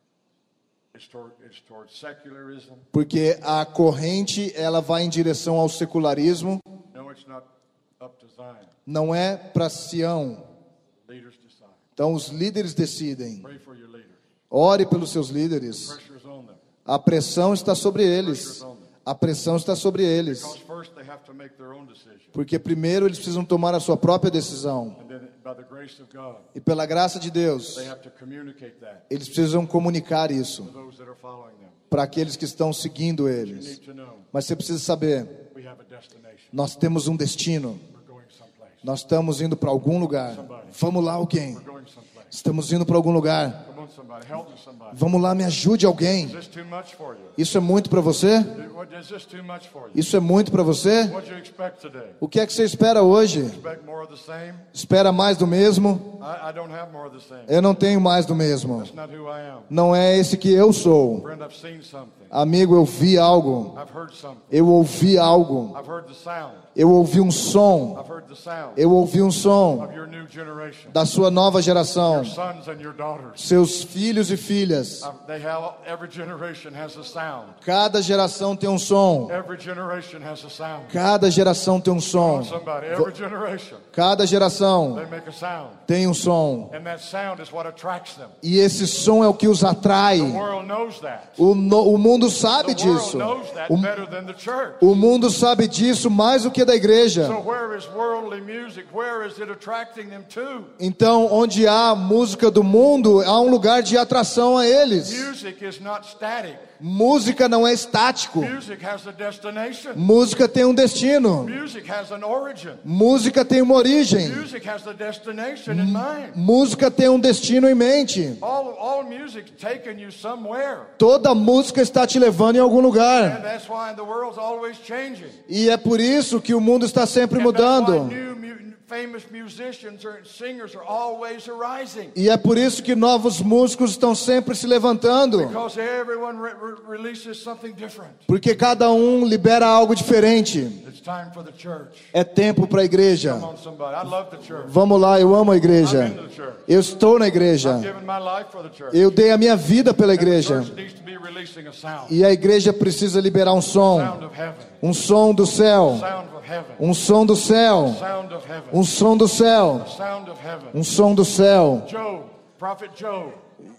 S1: is toward, is toward secularism.
S2: Porque a corrente, ela vai em direção ao secularismo,
S1: No, it's not up to Zion.
S2: não é para Sião.
S1: Leaders decide.
S2: Então os líderes decidem.
S1: Pray for your leaders.
S2: Ore pelos seus líderes.
S1: Pressure's on them.
S2: A pressão está sobre eles. A pressão está sobre eles.
S1: Because first they have to make their own decision.
S2: Porque primeiro eles precisam tomar a sua própria decisão.
S1: And then by the grace of God,
S2: E pela graça de Deus,
S1: they have to communicate that
S2: eles precisam comunicar isso
S1: to those that are following them.
S2: para aqueles que estão seguindo
S1: You
S2: eles.
S1: need to know
S2: Mas você precisa saber,
S1: we have a destination.
S2: nós temos um destino.
S1: We're going someplace.
S2: Nós estamos indo para algum lugar. Vamos lá, alguém.
S1: We're going someplace.
S2: Estamos indo para algum lugar.
S1: Come on, somebody. Help me, somebody.
S2: Vamos lá, me ajude alguém.
S1: Is this too much for you?
S2: Isso é muito para você?
S1: What- Is this too much for you?
S2: Isso é muito para você?
S1: What do you expect today?
S2: O que é que você espera hoje?
S1: Expect more of the same?
S2: Espera mais do mesmo?
S1: I, I don't have more of the same.
S2: Eu não tenho mais do mesmo.
S1: That's not who I am.
S2: Não é esse que eu sou.
S1: Friend, I've seen something.
S2: Amigo, eu vi algo.
S1: I've heard something.
S2: Eu ouvi algo.
S1: I've heard the sound.
S2: Eu ouvi um som.
S1: I've heard the sound
S2: Eu ouvi um som
S1: of your new generation.
S2: da sua nova geração.
S1: Your sons and your daughters.
S2: Seus filhos e filhas.
S1: Uh, They have, every generation has a sound.
S2: Cada geração tem um som.
S1: Every generation has a sound.
S2: Cada geração tem um som.
S1: Somebody, every generation,
S2: Cada geração
S1: they make a sound.
S2: tem um som.
S1: And that sound is what attracts them.
S2: E esse som é o que os atrai.
S1: The world knows that.
S2: O, no- o mundo sabe
S1: The world
S2: disso.
S1: knows that
S2: O,
S1: better than the church.
S2: o mundo sabe disso mais do que da igreja.
S1: So where is worldly music? Where is it attracting them to?
S2: Então, onde há música do mundo, há um lugar de atração a eles.
S1: Music is not static.
S2: Música não é estático.
S1: Music has a destination.
S2: Música tem um destino.
S1: Music has an origin.
S2: Música tem uma origem.
S1: Music has a destination in mind.
S2: Música tem um destino em mente.
S1: All, all music's taking you somewhere.
S2: Toda música está te levando em algum
S1: And
S2: lugar.
S1: that's why the world's always changing.
S2: E é por isso que o mundo está sempre
S1: And that's why
S2: mudando.
S1: new mu- famous musicians or singers are always arising.
S2: E é por isso que novos músicos estão sempre se levantando.
S1: Because everyone re- re- releases something different.
S2: Porque cada um libera algo diferente.
S1: It's time for the church.
S2: É tempo para a igreja.
S1: Come on, somebody. I love the church.
S2: Vamos lá, eu amo a
S1: I'm
S2: igreja.
S1: into the church.
S2: Eu estou na igreja.
S1: I've given my life for the church.
S2: Eu dei a minha vida pela
S1: And the
S2: igreja.
S1: church needs to be releasing a sound.
S2: E a igreja precisa liberar um som.
S1: Sound of heaven.
S2: Um som do céu.
S1: Sound of heaven.
S2: Um som do céu.
S1: Sound of heaven.
S2: Um som do céu.
S1: Sound of heaven.
S2: Um som do céu.
S1: Job, prophet Job.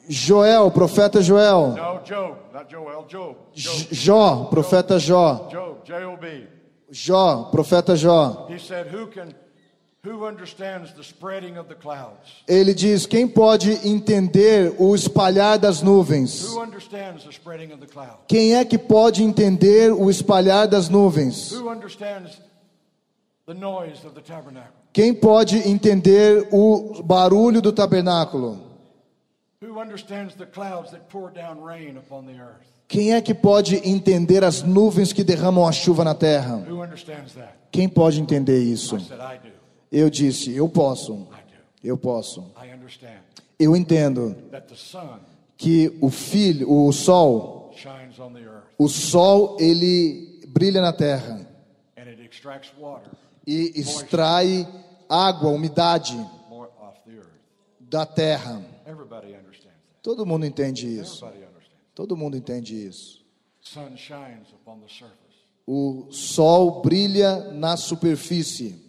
S2: Joel, profeta Joel.
S1: No, Job, not Joel, Job.
S2: J-
S1: Job,
S2: Jó, profeta Jó.
S1: Job, J O B.
S2: Jó, profeta Jó.
S1: He said, who can Who understands the spreading of the clouds?
S2: Ele diz: quem pode entender o espalhar das nuvens?
S1: Who understands the spreading of the clouds?
S2: Quem é que pode entender o espalhar das nuvens?
S1: Who understands the noise of the tabernacle?
S2: Quem pode entender o barulho do tabernáculo?
S1: Who understands the clouds that pour down rain upon the earth?
S2: Quem é que pode entender as nuvens que derramam a chuva na terra?
S1: Who understands that?
S2: Quem pode entender isso?
S1: I said, I do.
S2: Eu disse: eu posso.
S1: I do.
S2: Eu posso.
S1: I understand
S2: Eu entendo
S1: that the sun
S2: que o filho, o sol,
S1: shines on the earth
S2: o sol ele brilha na terra
S1: and it extracts water
S2: e extrai água, umidade
S1: more off the earth.
S2: da terra.
S1: Everybody understands that.
S2: Todo mundo entende isso.
S1: Everybody understands.
S2: Todo mundo entende isso.
S1: Sun shines upon the surface.
S2: O sol brilha na superfície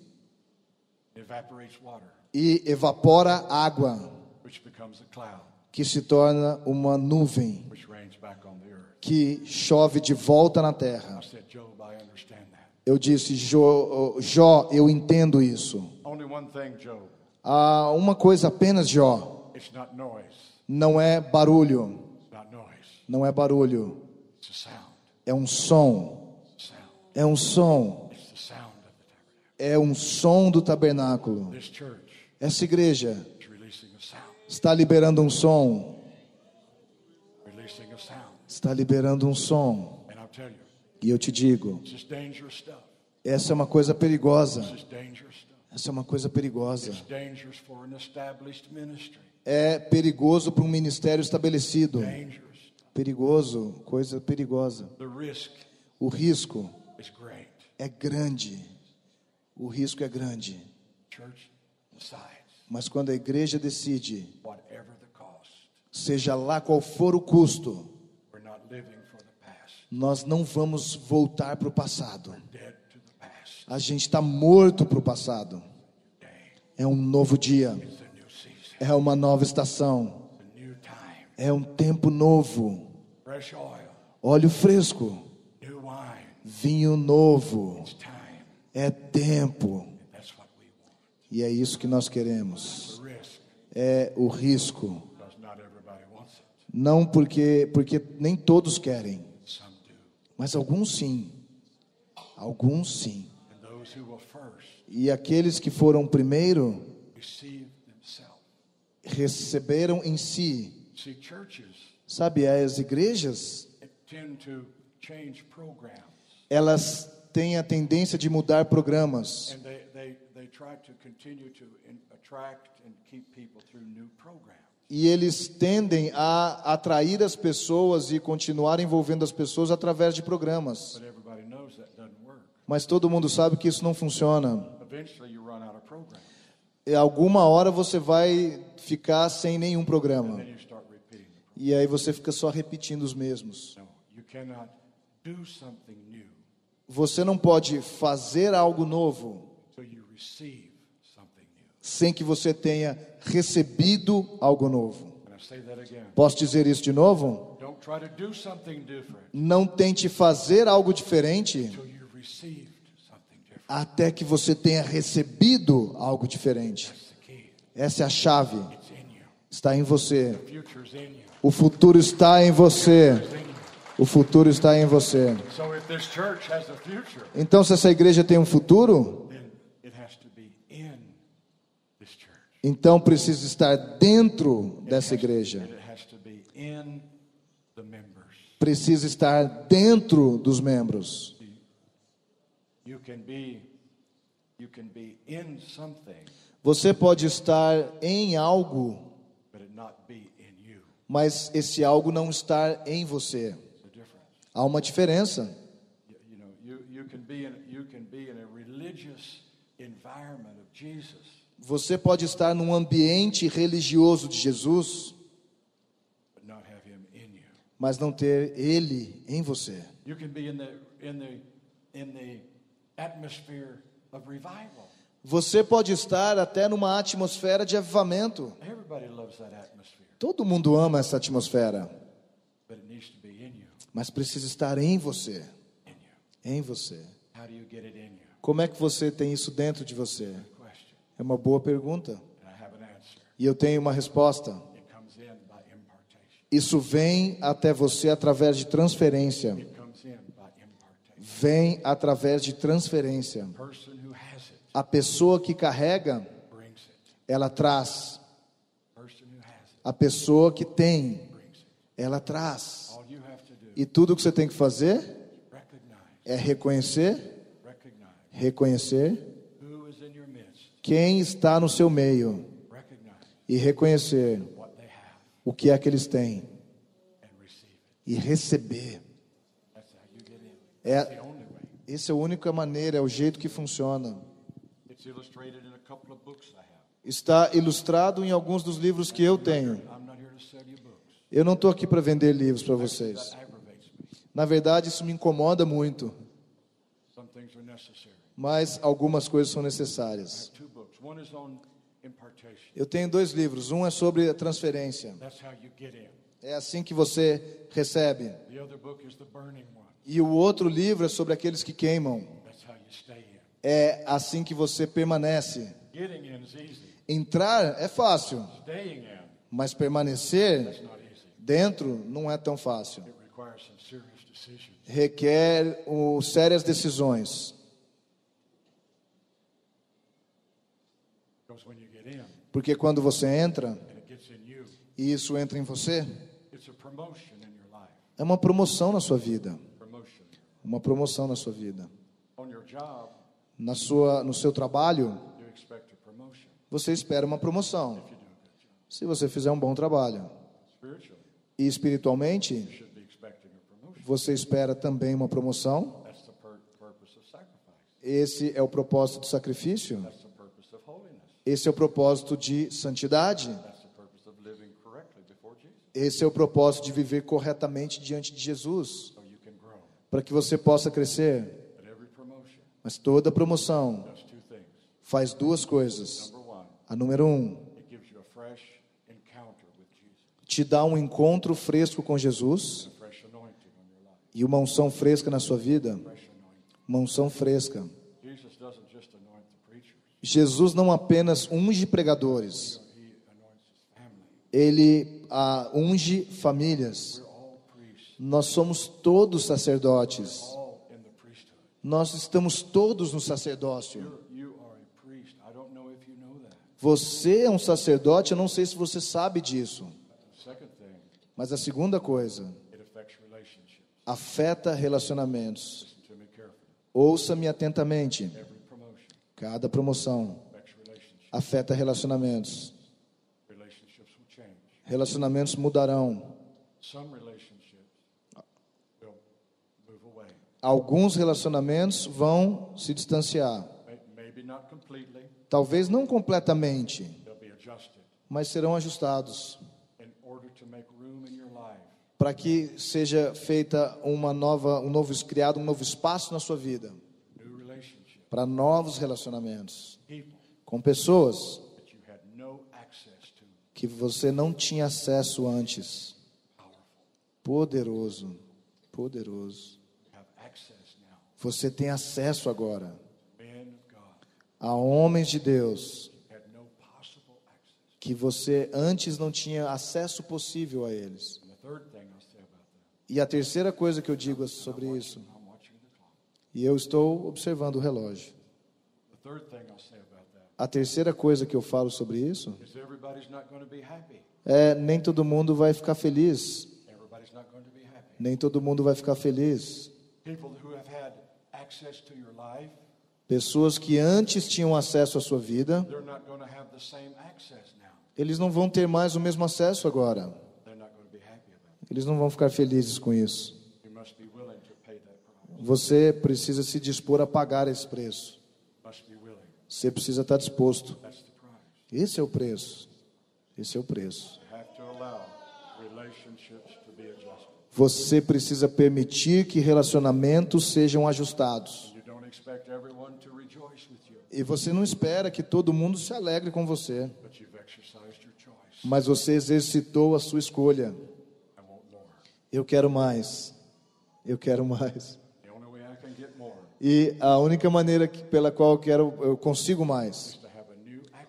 S1: It evaporates water,
S2: e evapora água,
S1: which becomes a cloud,
S2: que se torna uma nuvem,
S1: which rains back on the earth.
S2: que chove de volta na terra.
S1: I said, Job, I understand that.
S2: Eu disse: Jó, Jó, eu entendo isso.
S1: Only one thing, Job.
S2: Há uma coisa apenas, Jó:
S1: It's not noise.
S2: não é barulho,
S1: It's not noise.
S2: não é barulho,
S1: It's a sound.
S2: é um som,
S1: Sound.
S2: é um som,
S1: It's the sound of the tabernacle.
S2: é um som do tabernáculo.
S1: This church
S2: Essa igreja
S1: is releasing a sound.
S2: está liberando um som,
S1: Releasing a sound.
S2: está liberando um som.
S1: And I'll tell you,
S2: E eu te digo,
S1: this is dangerous stuff.
S2: essa é uma coisa perigosa.
S1: This is dangerous stuff.
S2: Essa é uma coisa perigosa.
S1: It's dangerous for an established ministry.
S2: É perigoso para um ministério estabelecido.
S1: Dangerous.
S2: Perigoso, coisa perigosa.
S1: The risk
S2: O risco
S1: is great.
S2: é grande. O risco é grande.
S1: Church decides,
S2: Mas quando a igreja decide,
S1: whatever the cost,
S2: seja lá qual for o custo,
S1: we're not living for the past.
S2: nós não vamos voltar para o passado.
S1: Dead to the past.
S2: A gente está morto para o passado.
S1: Day
S2: É um novo dia.
S1: is a new season,
S2: É uma nova estação.
S1: a new time.
S2: É um tempo novo.
S1: Fresh oil,
S2: Óleo fresco.
S1: new wine.
S2: Vinho novo.
S1: It's time.
S2: É tempo.
S1: That's what we want.
S2: E é isso que nós queremos.
S1: The risk,
S2: É o risco.
S1: because not everybody wants it.
S2: Não porque, porque nem todos querem.
S1: Some do.
S2: Mas alguns sim. Alguns sim.
S1: And those who were first
S2: E aqueles que foram primeiro
S1: receive themselves.
S2: receberam em si.
S1: See, churches
S2: Sabe, as igrejas,
S1: tend to change programs,
S2: elas têm a tendência de mudar programas.
S1: and they, they, they try to continue to in, attract and keep people through new programs.
S2: E eles tendem a atrair as pessoas e continuar envolvendo as pessoas através de programas.
S1: But everybody knows that doesn't work.
S2: Mas todo mundo sabe que isso não funciona.
S1: Eventually you run out of programs,
S2: E alguma hora você vai ficar sem nenhum programa.
S1: then you start repeating the
S2: E aí você fica só repetindo os mesmos.
S1: program. No, you cannot do something new
S2: Você não pode fazer algo novo
S1: till you receive something new.
S2: sem que você tenha recebido algo novo.
S1: Can I say that again?
S2: Posso dizer isso de novo?
S1: Don't try to do something different
S2: Não tente fazer algo diferente
S1: till you received something different.
S2: até que você tenha recebido algo diferente.
S1: That's the key.
S2: Essa é a chave.
S1: It's in you.
S2: Está em você.
S1: The future's in you.
S2: O futuro está em você.
S1: It's in you.
S2: O futuro está em você.
S1: So if this church has a future,
S2: Então, se essa igreja tem um futuro,
S1: then it has to be in this church.
S2: então precisa estar dentro dessa igreja.
S1: It has to be in the members.
S2: Precisa estar dentro dos membros.
S1: You can be, you can be in something,
S2: Você pode estar em algo,
S1: but it not be in you.
S2: mas esse algo não estar em você.
S1: It's a difference.
S2: Há uma diferença.
S1: You, you know, you, you can be in you can be in a religious environment of Jesus,
S2: Você pode estar num ambiente religioso de Jesus,
S1: but not have Him in you.
S2: mas não ter Ele em você.
S1: You can be in the in the in the atmosphere of revival.
S2: Você pode estar até numa atmosfera de avivamento.
S1: Everybody loves that atmosphere,
S2: Todo mundo ama essa atmosfera,
S1: but it needs to be in you.
S2: mas precisa estar em você.
S1: In you.
S2: Em você.
S1: How do you get it in you?
S2: Como é que você tem isso dentro de você?
S1: Good question.
S2: É uma boa pergunta.
S1: And I have an answer.
S2: E eu tenho uma resposta.
S1: It comes in by impartation.
S2: Isso vem até você através de transferência.
S1: It comes in by impartation.
S2: Vem através de transferência.
S1: The person who has it
S2: A pessoa que carrega,
S1: brings it.
S2: ela traz.
S1: The person who has it
S2: A pessoa que tem,
S1: brings it.
S2: ela traz.
S1: All you have to do
S2: E tudo que você tem que fazer
S1: recognize,
S2: é reconhecer,
S1: recognize
S2: reconhecer
S1: who is in your midst.
S2: quem está no seu meio
S1: Recognize
S2: e reconhecer
S1: what they have
S2: o que é que eles têm
S1: and receive it.
S2: e receber.
S1: That's how you get in.
S2: É,
S1: The only way.
S2: essa é a única maneira, é o jeito que funciona.
S1: It's illustrated in a couple of books I have.
S2: Está ilustrado em alguns dos livros que eu tenho.
S1: I'm not here to sell you books.
S2: Eu não estou aqui para vender livros para vocês.
S1: That aggravates me.
S2: Na verdade, isso me incomoda muito,
S1: Some things are necessary.
S2: mas algumas coisas são
S1: I
S2: necessárias.
S1: have two books. One is on impartation.
S2: Eu tenho dois livros. Um é sobre a transferência.
S1: That's how you get in.
S2: É assim que você recebe.
S1: The other book is the burning one.
S2: E o outro livro é sobre aqueles que queimam.
S1: That's how you stay in.
S2: É assim que você permanece.
S1: Getting in is easy.
S2: Entrar é fácil,
S1: Staying in,
S2: mas permanecer
S1: that's not easy.
S2: dentro não é tão fácil.
S1: It requires some serious decisions.
S2: Requer o, sérias decisões.
S1: Because when you get in
S2: Porque quando você entra,
S1: and it gets in you,
S2: e isso entra em você,
S1: it's a promotion in your life.
S2: é uma promoção na sua vida.
S1: Promotion.
S2: Uma promoção na sua vida.
S1: On your job,
S2: Na sua, no seu trabalho,
S1: you expect a promotion
S2: você espera uma promoção.
S1: if you do a good job.
S2: Se você fizer um bom trabalho.
S1: Spiritually,
S2: E espiritualmente,
S1: you should be expecting a promotion.
S2: você espera também uma promoção.
S1: That's the pur- purpose of sacrifice.
S2: Esse é o propósito do sacrifício.
S1: That's the purpose of holiness.
S2: Esse é o propósito de santidade.
S1: That's the purpose of living correctly before Jesus.
S2: Esse é o propósito de viver corretamente diante de Jesus,
S1: So you can grow.
S2: para que você possa crescer.
S1: But every promotion
S2: Mas toda promoção
S1: does two things.
S2: faz duas coisas.
S1: Number one,
S2: A número um,
S1: it gives you a fresh encounter with Jesus,
S2: te dá um encontro fresco com Jesus
S1: a fresh anointing on your life.
S2: e uma unção fresca na sua vida.
S1: Fresh anointing.
S2: Uma unção fresca.
S1: Jesus doesn't just anoint the preachers.
S2: Jesus não apenas unge pregadores,
S1: He anoints his family.
S2: ele ah, unge famílias.
S1: We're all priests,
S2: Nós somos todos sacerdotes.
S1: all in the priesthood.
S2: Nós estamos todos no sacerdócio.
S1: You're, you are a priest. I don't know if you know that.
S2: Você é um sacerdote, eu não sei se você sabe disso.
S1: The second thing,
S2: Mas a segunda coisa,
S1: it affects relationships.
S2: afeta relacionamentos.
S1: Listen to me carefully.
S2: Ouça-me atentamente.
S1: Every promotion
S2: Cada promoção
S1: affects relationships.
S2: afeta relacionamentos.
S1: Relationships will change.
S2: Relacionamentos mudarão.
S1: Some relationships will move away.
S2: Alguns relacionamentos vão se distanciar.
S1: May- Maybe not completely.
S2: Talvez não completamente,
S1: They'll be adjusted
S2: mas serão ajustados
S1: in order to make room in your life
S2: para que seja feita uma nova, um novo criado um novo espaço na sua vida
S1: new relationships,
S2: para novos relacionamentos
S1: people
S2: com pessoas
S1: that you had no access to.
S2: que você não tinha acesso antes.
S1: Powerful.
S2: Poderoso, poderoso.
S1: You have access now.
S2: Você tem acesso agora
S1: Men of God
S2: a homens de Deus
S1: had no possible access.
S2: que você antes não tinha acesso possível a eles.
S1: And the third thing I'll say about that,
S2: E a terceira coisa que eu digo sobre isso,
S1: I'm watching the clock.
S2: e eu estou observando o relógio.
S1: The third thing I'll say about that
S2: A terceira coisa que eu falo sobre isso
S1: is everybody's not going to be happy.
S2: é nem todo mundo vai ficar feliz.
S1: Everybody's not going to be happy.
S2: Nem todo mundo vai ficar feliz.
S1: People who have had access to your life,
S2: Pessoas que antes tinham acesso à sua vida,
S1: they're not going to have the same access now.
S2: eles não vão ter mais o mesmo acesso agora.
S1: They're not going to be happy about it.
S2: Eles não vão ficar felizes com isso.
S1: You must be willing to pay that price.
S2: Você precisa se dispor a pagar esse preço.
S1: Must be willing.
S2: Você precisa estar disposto.
S1: That's the price.
S2: Esse é o preço. Esse é o preço.
S1: You have to allow relationships to be adjusted.
S2: Você precisa permitir que relacionamentos sejam ajustados.
S1: You don't expect everyone to rejoice with you,
S2: E você não espera que todo mundo se alegre com você,
S1: but you've exercised your choice.
S2: mas você exercitou a sua escolha.
S1: I want more.
S2: Eu quero mais. Eu quero mais.
S1: The only way I can get more
S2: E a única maneira que, pela qual eu quero, eu consigo mais,
S1: is to have a new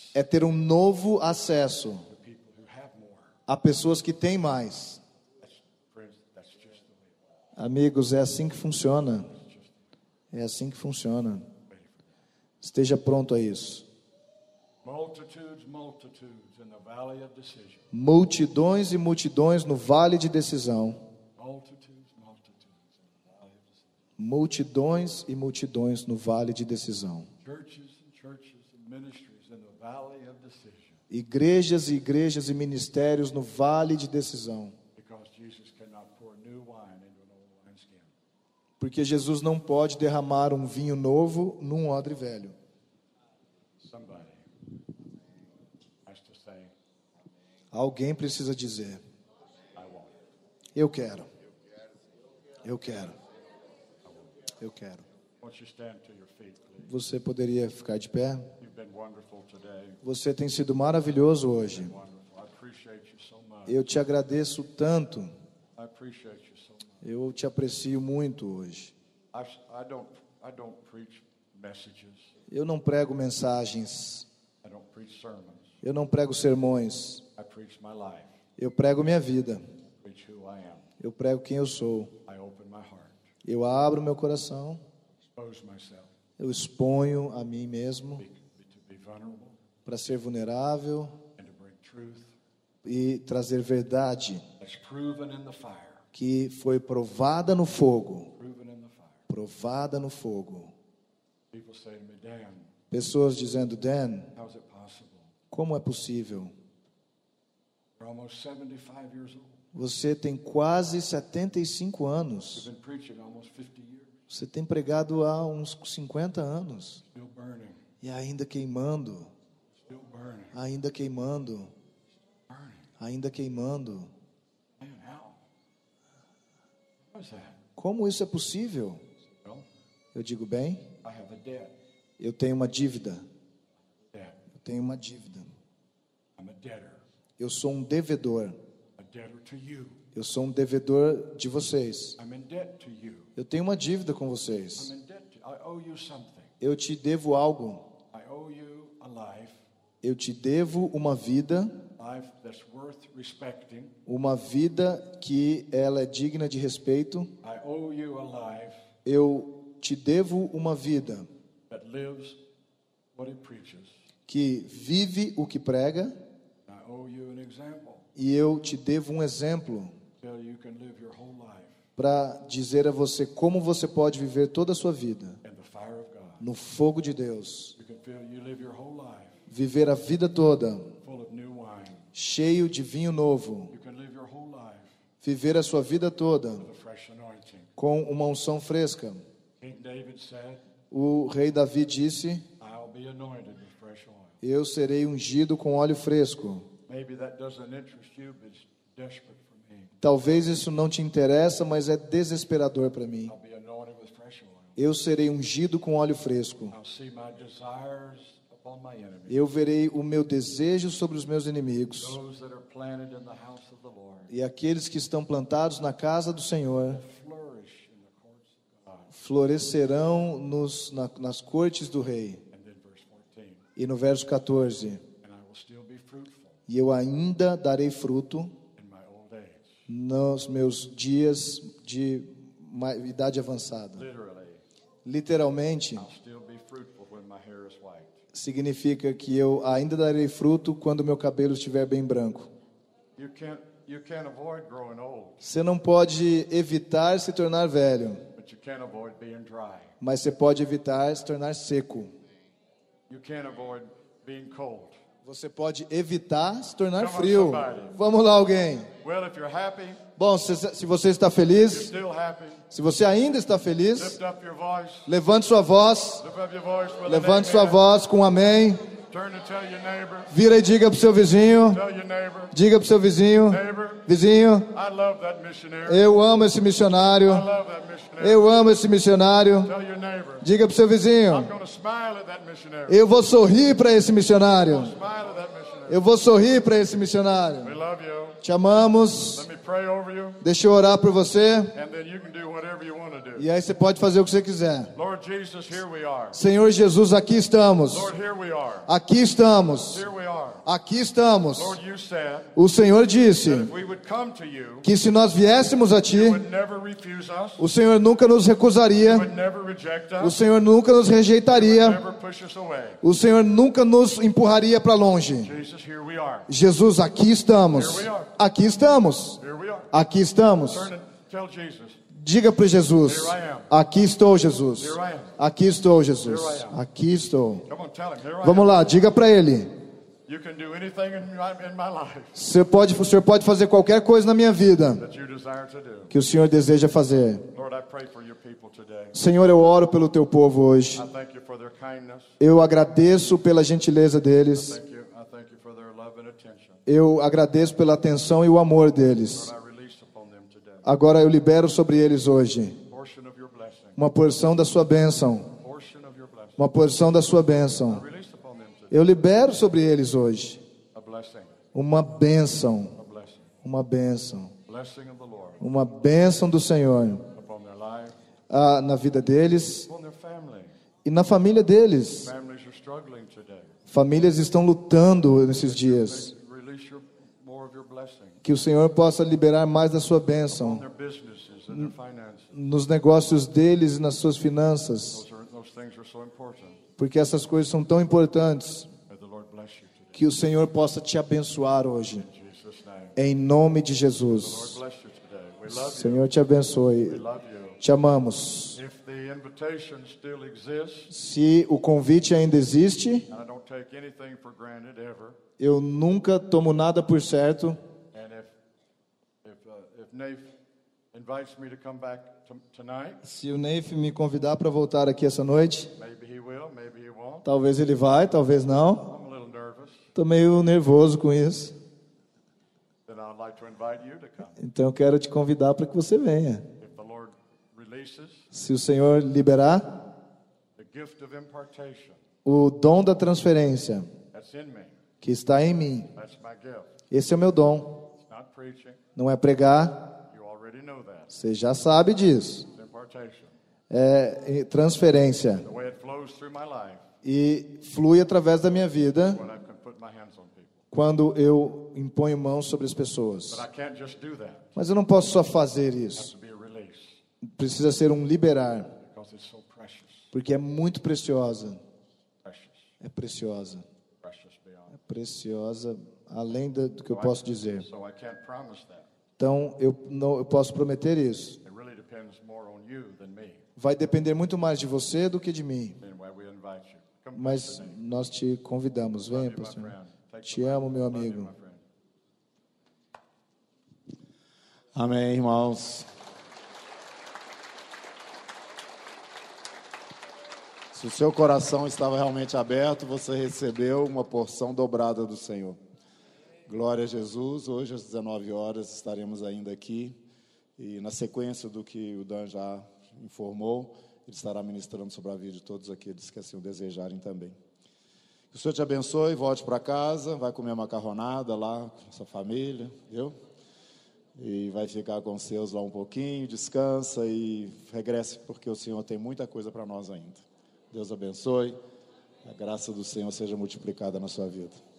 S2: é ter um novo acesso
S1: to people who have more.
S2: a pessoas que têm mais.
S1: That's, friends, that's just the way it was.
S2: Amigos, é assim que funciona. É assim que funciona. Esteja pronto a isso.
S1: Multitudes, multitudes in the valley of decision.
S2: Multidões e multidões no vale de decisão.
S1: Multitudes, multitudes in the valley of decision.
S2: Multidões e multidões no vale de decisão.
S1: Churches and churches and ministries in the valley of decision.
S2: Igrejas e igrejas e ministérios no vale de decisão.
S1: Because Jesus cannot pour new wine into an old wineskin.
S2: Porque Jesus não pode derramar um vinho novo num odre velho.
S1: Somebody has to say,
S2: Alguém precisa dizer:
S1: I want it.
S2: eu quero. Eu quero. Eu quero.
S1: Won't you stand to your feet, please?
S2: Você poderia ficar de pé?
S1: You've been wonderful today.
S2: Você tem sido maravilhoso hoje.
S1: Wonderful. I appreciate you so much.
S2: Eu te agradeço tanto.
S1: I appreciate you so much.
S2: Eu te aprecio muito hoje.
S1: I, I don't I don't preach messages.
S2: Eu não prego mensagens.
S1: I don't preach sermons.
S2: Eu não prego sermões.
S1: I preach my life.
S2: Eu prego minha vida.
S1: I preach who I am.
S2: Eu prego quem eu sou.
S1: I open my heart.
S2: Eu abro meu coração.
S1: Expose myself.
S2: Eu exponho a mim mesmo
S1: Be, to be vulnerable
S2: para ser vulnerável
S1: and to bring truth
S2: e trazer verdade
S1: that's proven in the fire.
S2: que foi provada no fogo.
S1: Proven in the fire.
S2: Provada no fogo.
S1: People say to me, Dan,
S2: Pessoas dizendo: Dan,
S1: how's it possible?
S2: como é possível?
S1: You're almost seventy-five years old.
S2: Você tem quase setenta e cinco anos.
S1: You've been preaching almost fifty years.
S2: Você tem pregado há uns cinquenta anos.
S1: Still burning.
S2: E ainda queimando.
S1: Still burning.
S2: Ainda queimando.
S1: Burning.
S2: Ainda queimando.
S1: Man, how? How is that?
S2: Como isso é possível?
S1: Well,
S2: Eu digo: bem,
S1: I have a debt.
S2: eu tenho uma dívida.
S1: Debt.
S2: Eu tenho uma dívida.
S1: I'm a debtor.
S2: Eu sou um devedor.
S1: A debtor to you.
S2: Eu sou um devedor de vocês.
S1: I'm in debt to you.
S2: Eu tenho uma dívida com vocês.
S1: I'm in debt to I owe you something.
S2: Eu te devo algo.
S1: I owe you a life.
S2: Eu te devo uma vida.
S1: Life that's worth respecting.
S2: Uma vida que ela é digna de respeito.
S1: I owe you a life
S2: Eu te devo uma vida
S1: that lives what it preaches.
S2: que vive o que prega.
S1: I owe you an example
S2: E eu te devo um exemplo
S1: till you can live your whole life
S2: para dizer a você como você pode viver toda a sua vida
S1: in the fire of God.
S2: no fogo de Deus.
S1: You can feel you live your whole life
S2: Viver a vida toda
S1: full of new wine.
S2: cheio de vinho novo.
S1: You can live your whole life
S2: Viver a sua vida toda
S1: with a fresh anointing.
S2: com uma unção fresca.
S1: King David said,
S2: O rei Davi disse:
S1: I'll be anointed with fresh oil.
S2: eu serei ungido com óleo fresco.
S1: Maybe that doesn't interest you, but it's desperate for me.
S2: Talvez isso não te interessa, mas é desesperador para mim.
S1: I'll be anointed with fresh oil.
S2: Eu serei ungido com óleo fresco.
S1: I'll see my desires upon my enemies.
S2: Eu verei o meu desejo sobre os meus inimigos.
S1: Those that are planted in the house of the Lord
S2: E aqueles que estão plantados na casa do Senhor
S1: flourish in the courts of God.
S2: florescerão nos, na, nas cortes do rei.
S1: And then verse fourteen,
S2: E no verso quatorze:
S1: and I will still be fruitful
S2: e eu ainda darei fruto
S1: in my old age.
S2: nos meus dias de ma- idade avançada.
S1: Literally,
S2: Literalmente,
S1: I'll still be fruitful when my hair is white.
S2: significa que eu ainda darei fruto quando meu cabelo estiver bem branco.
S1: You can't you can't avoid growing old,
S2: Você não pode evitar se tornar velho,
S1: but you can't avoid being dry.
S2: mas você pode evitar se tornar seco.
S1: You can't avoid being cold.
S2: Você pode evitar se tornar
S1: Come on,
S2: frio.
S1: somebody.
S2: Vamos lá, alguém.
S1: Well, if you're happy,
S2: Bom, se, se você está
S1: you're
S2: feliz,
S1: still happy.
S2: se você ainda está feliz,
S1: Lift up your voice.
S2: levante sua voz,
S1: Lift up your voice with
S2: levante
S1: an
S2: sua
S1: amen.
S2: voz com um amém.
S1: Turn and tell your neighbor.
S2: Vira e diga para o seu vizinho,
S1: Tell your neighbor.
S2: diga para o seu vizinho,
S1: Neighbor,
S2: vizinho,
S1: I love that missionary.
S2: eu amo esse missionário,
S1: I love that missionary.
S2: eu amo esse missionário.
S1: Tell your neighbor.
S2: Diga para o seu
S1: I'm
S2: vizinho,
S1: going to smile at that missionary.
S2: eu vou sorrir para esse missionário.
S1: Smile at that missionary.
S2: Eu vou sorrir para esse missionário.
S1: We love you.
S2: Te amamos.
S1: Let me pray over you,
S2: Deixa eu orar por você.
S1: and then you can do whatever you want to do.
S2: E aí você pode fazer o que você quiser.
S1: Lord Jesus, here we are.
S2: Senhor Jesus, aqui estamos.
S1: Lord, here we are.
S2: Aqui estamos.
S1: Here we are.
S2: Aqui estamos.
S1: Lord, you said
S2: O Senhor
S1: that
S2: disse
S1: if we would come to you,
S2: que se nós viéssemos a Ti,
S1: you would never refuse us,
S2: o Senhor nunca nos
S1: you
S2: recusaria,
S1: would never reject
S2: o
S1: us,
S2: Senhor nunca nos
S1: you would
S2: rejeitaria,
S1: never push us away.
S2: o Senhor nunca nos empurraria para longe.
S1: Jesus, here we are.
S2: Jesus, aqui estamos. Aqui estamos.
S1: Here we are.
S2: Aqui estamos.
S1: Turn and tell Jesus,
S2: Diga para Jesus: aqui estou, Jesus. Aqui estou, Jesus. Aqui estou.
S1: come on, tell him, here I
S2: Vamos
S1: am.
S2: lá, diga para Ele.
S1: You can do anything in my, in my life
S2: Você pode, o Senhor pode fazer qualquer coisa na minha vida
S1: that you desire to do.
S2: que o Senhor deseja fazer.
S1: Lord, I pray for your people today.
S2: Senhor, eu oro pelo Teu povo hoje.
S1: I thank you for their kindness.
S2: Eu agradeço pela gentileza deles.
S1: Thank you. I thank you for their love and attention.
S2: Eu agradeço pela atenção e o amor deles.
S1: Lord, I release upon them today
S2: Agora eu libero sobre eles hoje
S1: portion of your blessing.
S2: uma porção da sua bênção.
S1: Portion of your blessing.
S2: Uma porção da sua bênção.
S1: Release upon them today
S2: Eu libero sobre eles hoje
S1: a blessing.
S2: uma bênção.
S1: A blessing.
S2: Uma bênção.
S1: Blessing of the Lord
S2: Uma bênção do Senhor
S1: upon their life,
S2: ah, na vida deles
S1: upon their family.
S2: e na família deles.
S1: Families are struggling today.
S2: Famílias estão lutando nesses dias.
S1: Release your, more of your blessing
S2: Que o Senhor possa liberar mais da sua
S1: on
S2: bênção
S1: their businesses and their finances.
S2: nos negócios deles e nas suas finanças.
S1: Those, are, those things are so important.
S2: Porque essas coisas são tão importantes.
S1: May the Lord bless you today.
S2: Que o Senhor possa te abençoar hoje.
S1: In Jesus' name.
S2: Em nome de
S1: Lord
S2: Jesus.
S1: bless you today. We love you.
S2: Senhor te abençoe.
S1: We love you.
S2: Te amamos.
S1: If the invitation still exists,
S2: Se o convite ainda existe,
S1: and I don't take anything for granted ever,
S2: eu nunca tomo nada por certo.
S1: and if if uh, if Nath invites me to come back to, tonight,
S2: Se o Neif me convidar para voltar aqui essa noite,
S1: maybe he will, maybe he won't.
S2: talvez ele vai, talvez não.
S1: I'm a little nervous.
S2: Estou meio nervoso com isso.
S1: Then I'd like to invite you to come.
S2: Então eu quero te convidar para que você venha.
S1: If the Lord releases
S2: Se o Senhor liberar
S1: the gift of impartation
S2: o dom da transferência
S1: that's in me,
S2: que está em mim,
S1: that's my gift.
S2: esse é o meu dom.
S1: It's not preaching.
S2: Não é pregar,
S1: You already know that.
S2: você já sabe disso.
S1: It's impartation.
S2: É transferência.
S1: The way it flows through my life
S2: E flui através da minha vida
S1: when I can put my hands on people.
S2: quando eu imponho mãos sobre as pessoas.
S1: But I can't just do that.
S2: Mas eu não posso só fazer
S1: It has
S2: isso.
S1: to be a release
S2: Precisa ser um liberar,
S1: because it's so precious.
S2: porque é muito preciosa.
S1: Precious.
S2: É preciosa.
S1: Precious beyond.
S2: É preciosa além do do que eu posso dizer.
S1: So I can't promise that.
S2: Então eu não eu posso prometer isso.
S1: It really depends more on you than me.
S2: Vai depender muito mais de você do que de mim.
S1: Anyway, we invite you. Come,
S2: Mas
S1: Pastor Nate.
S2: nós te convidamos. Venha,
S1: Love you, my
S2: pastor.
S1: friend. Take
S2: Te
S1: the
S2: amo,
S1: mic.
S2: meu
S1: Love you,
S2: amigo.
S1: my friend.
S3: Amém, irmãos. Se o seu coração estava realmente aberto, você recebeu uma porção dobrada do Senhor. Glória a Jesus. Hoje às dezenove horas estaremos ainda aqui e na sequência do que o Dan já informou, ele estará ministrando sobre a vida de todos aqueles que assim o desejarem também. Que o Senhor te abençoe, volte para casa, vai comer macarronada lá com sua família, viu? E vai ficar com os seus lá um pouquinho, descansa e regresse, porque o Senhor tem muita coisa para nós ainda. Deus abençoe, a graça do Senhor seja multiplicada na sua vida.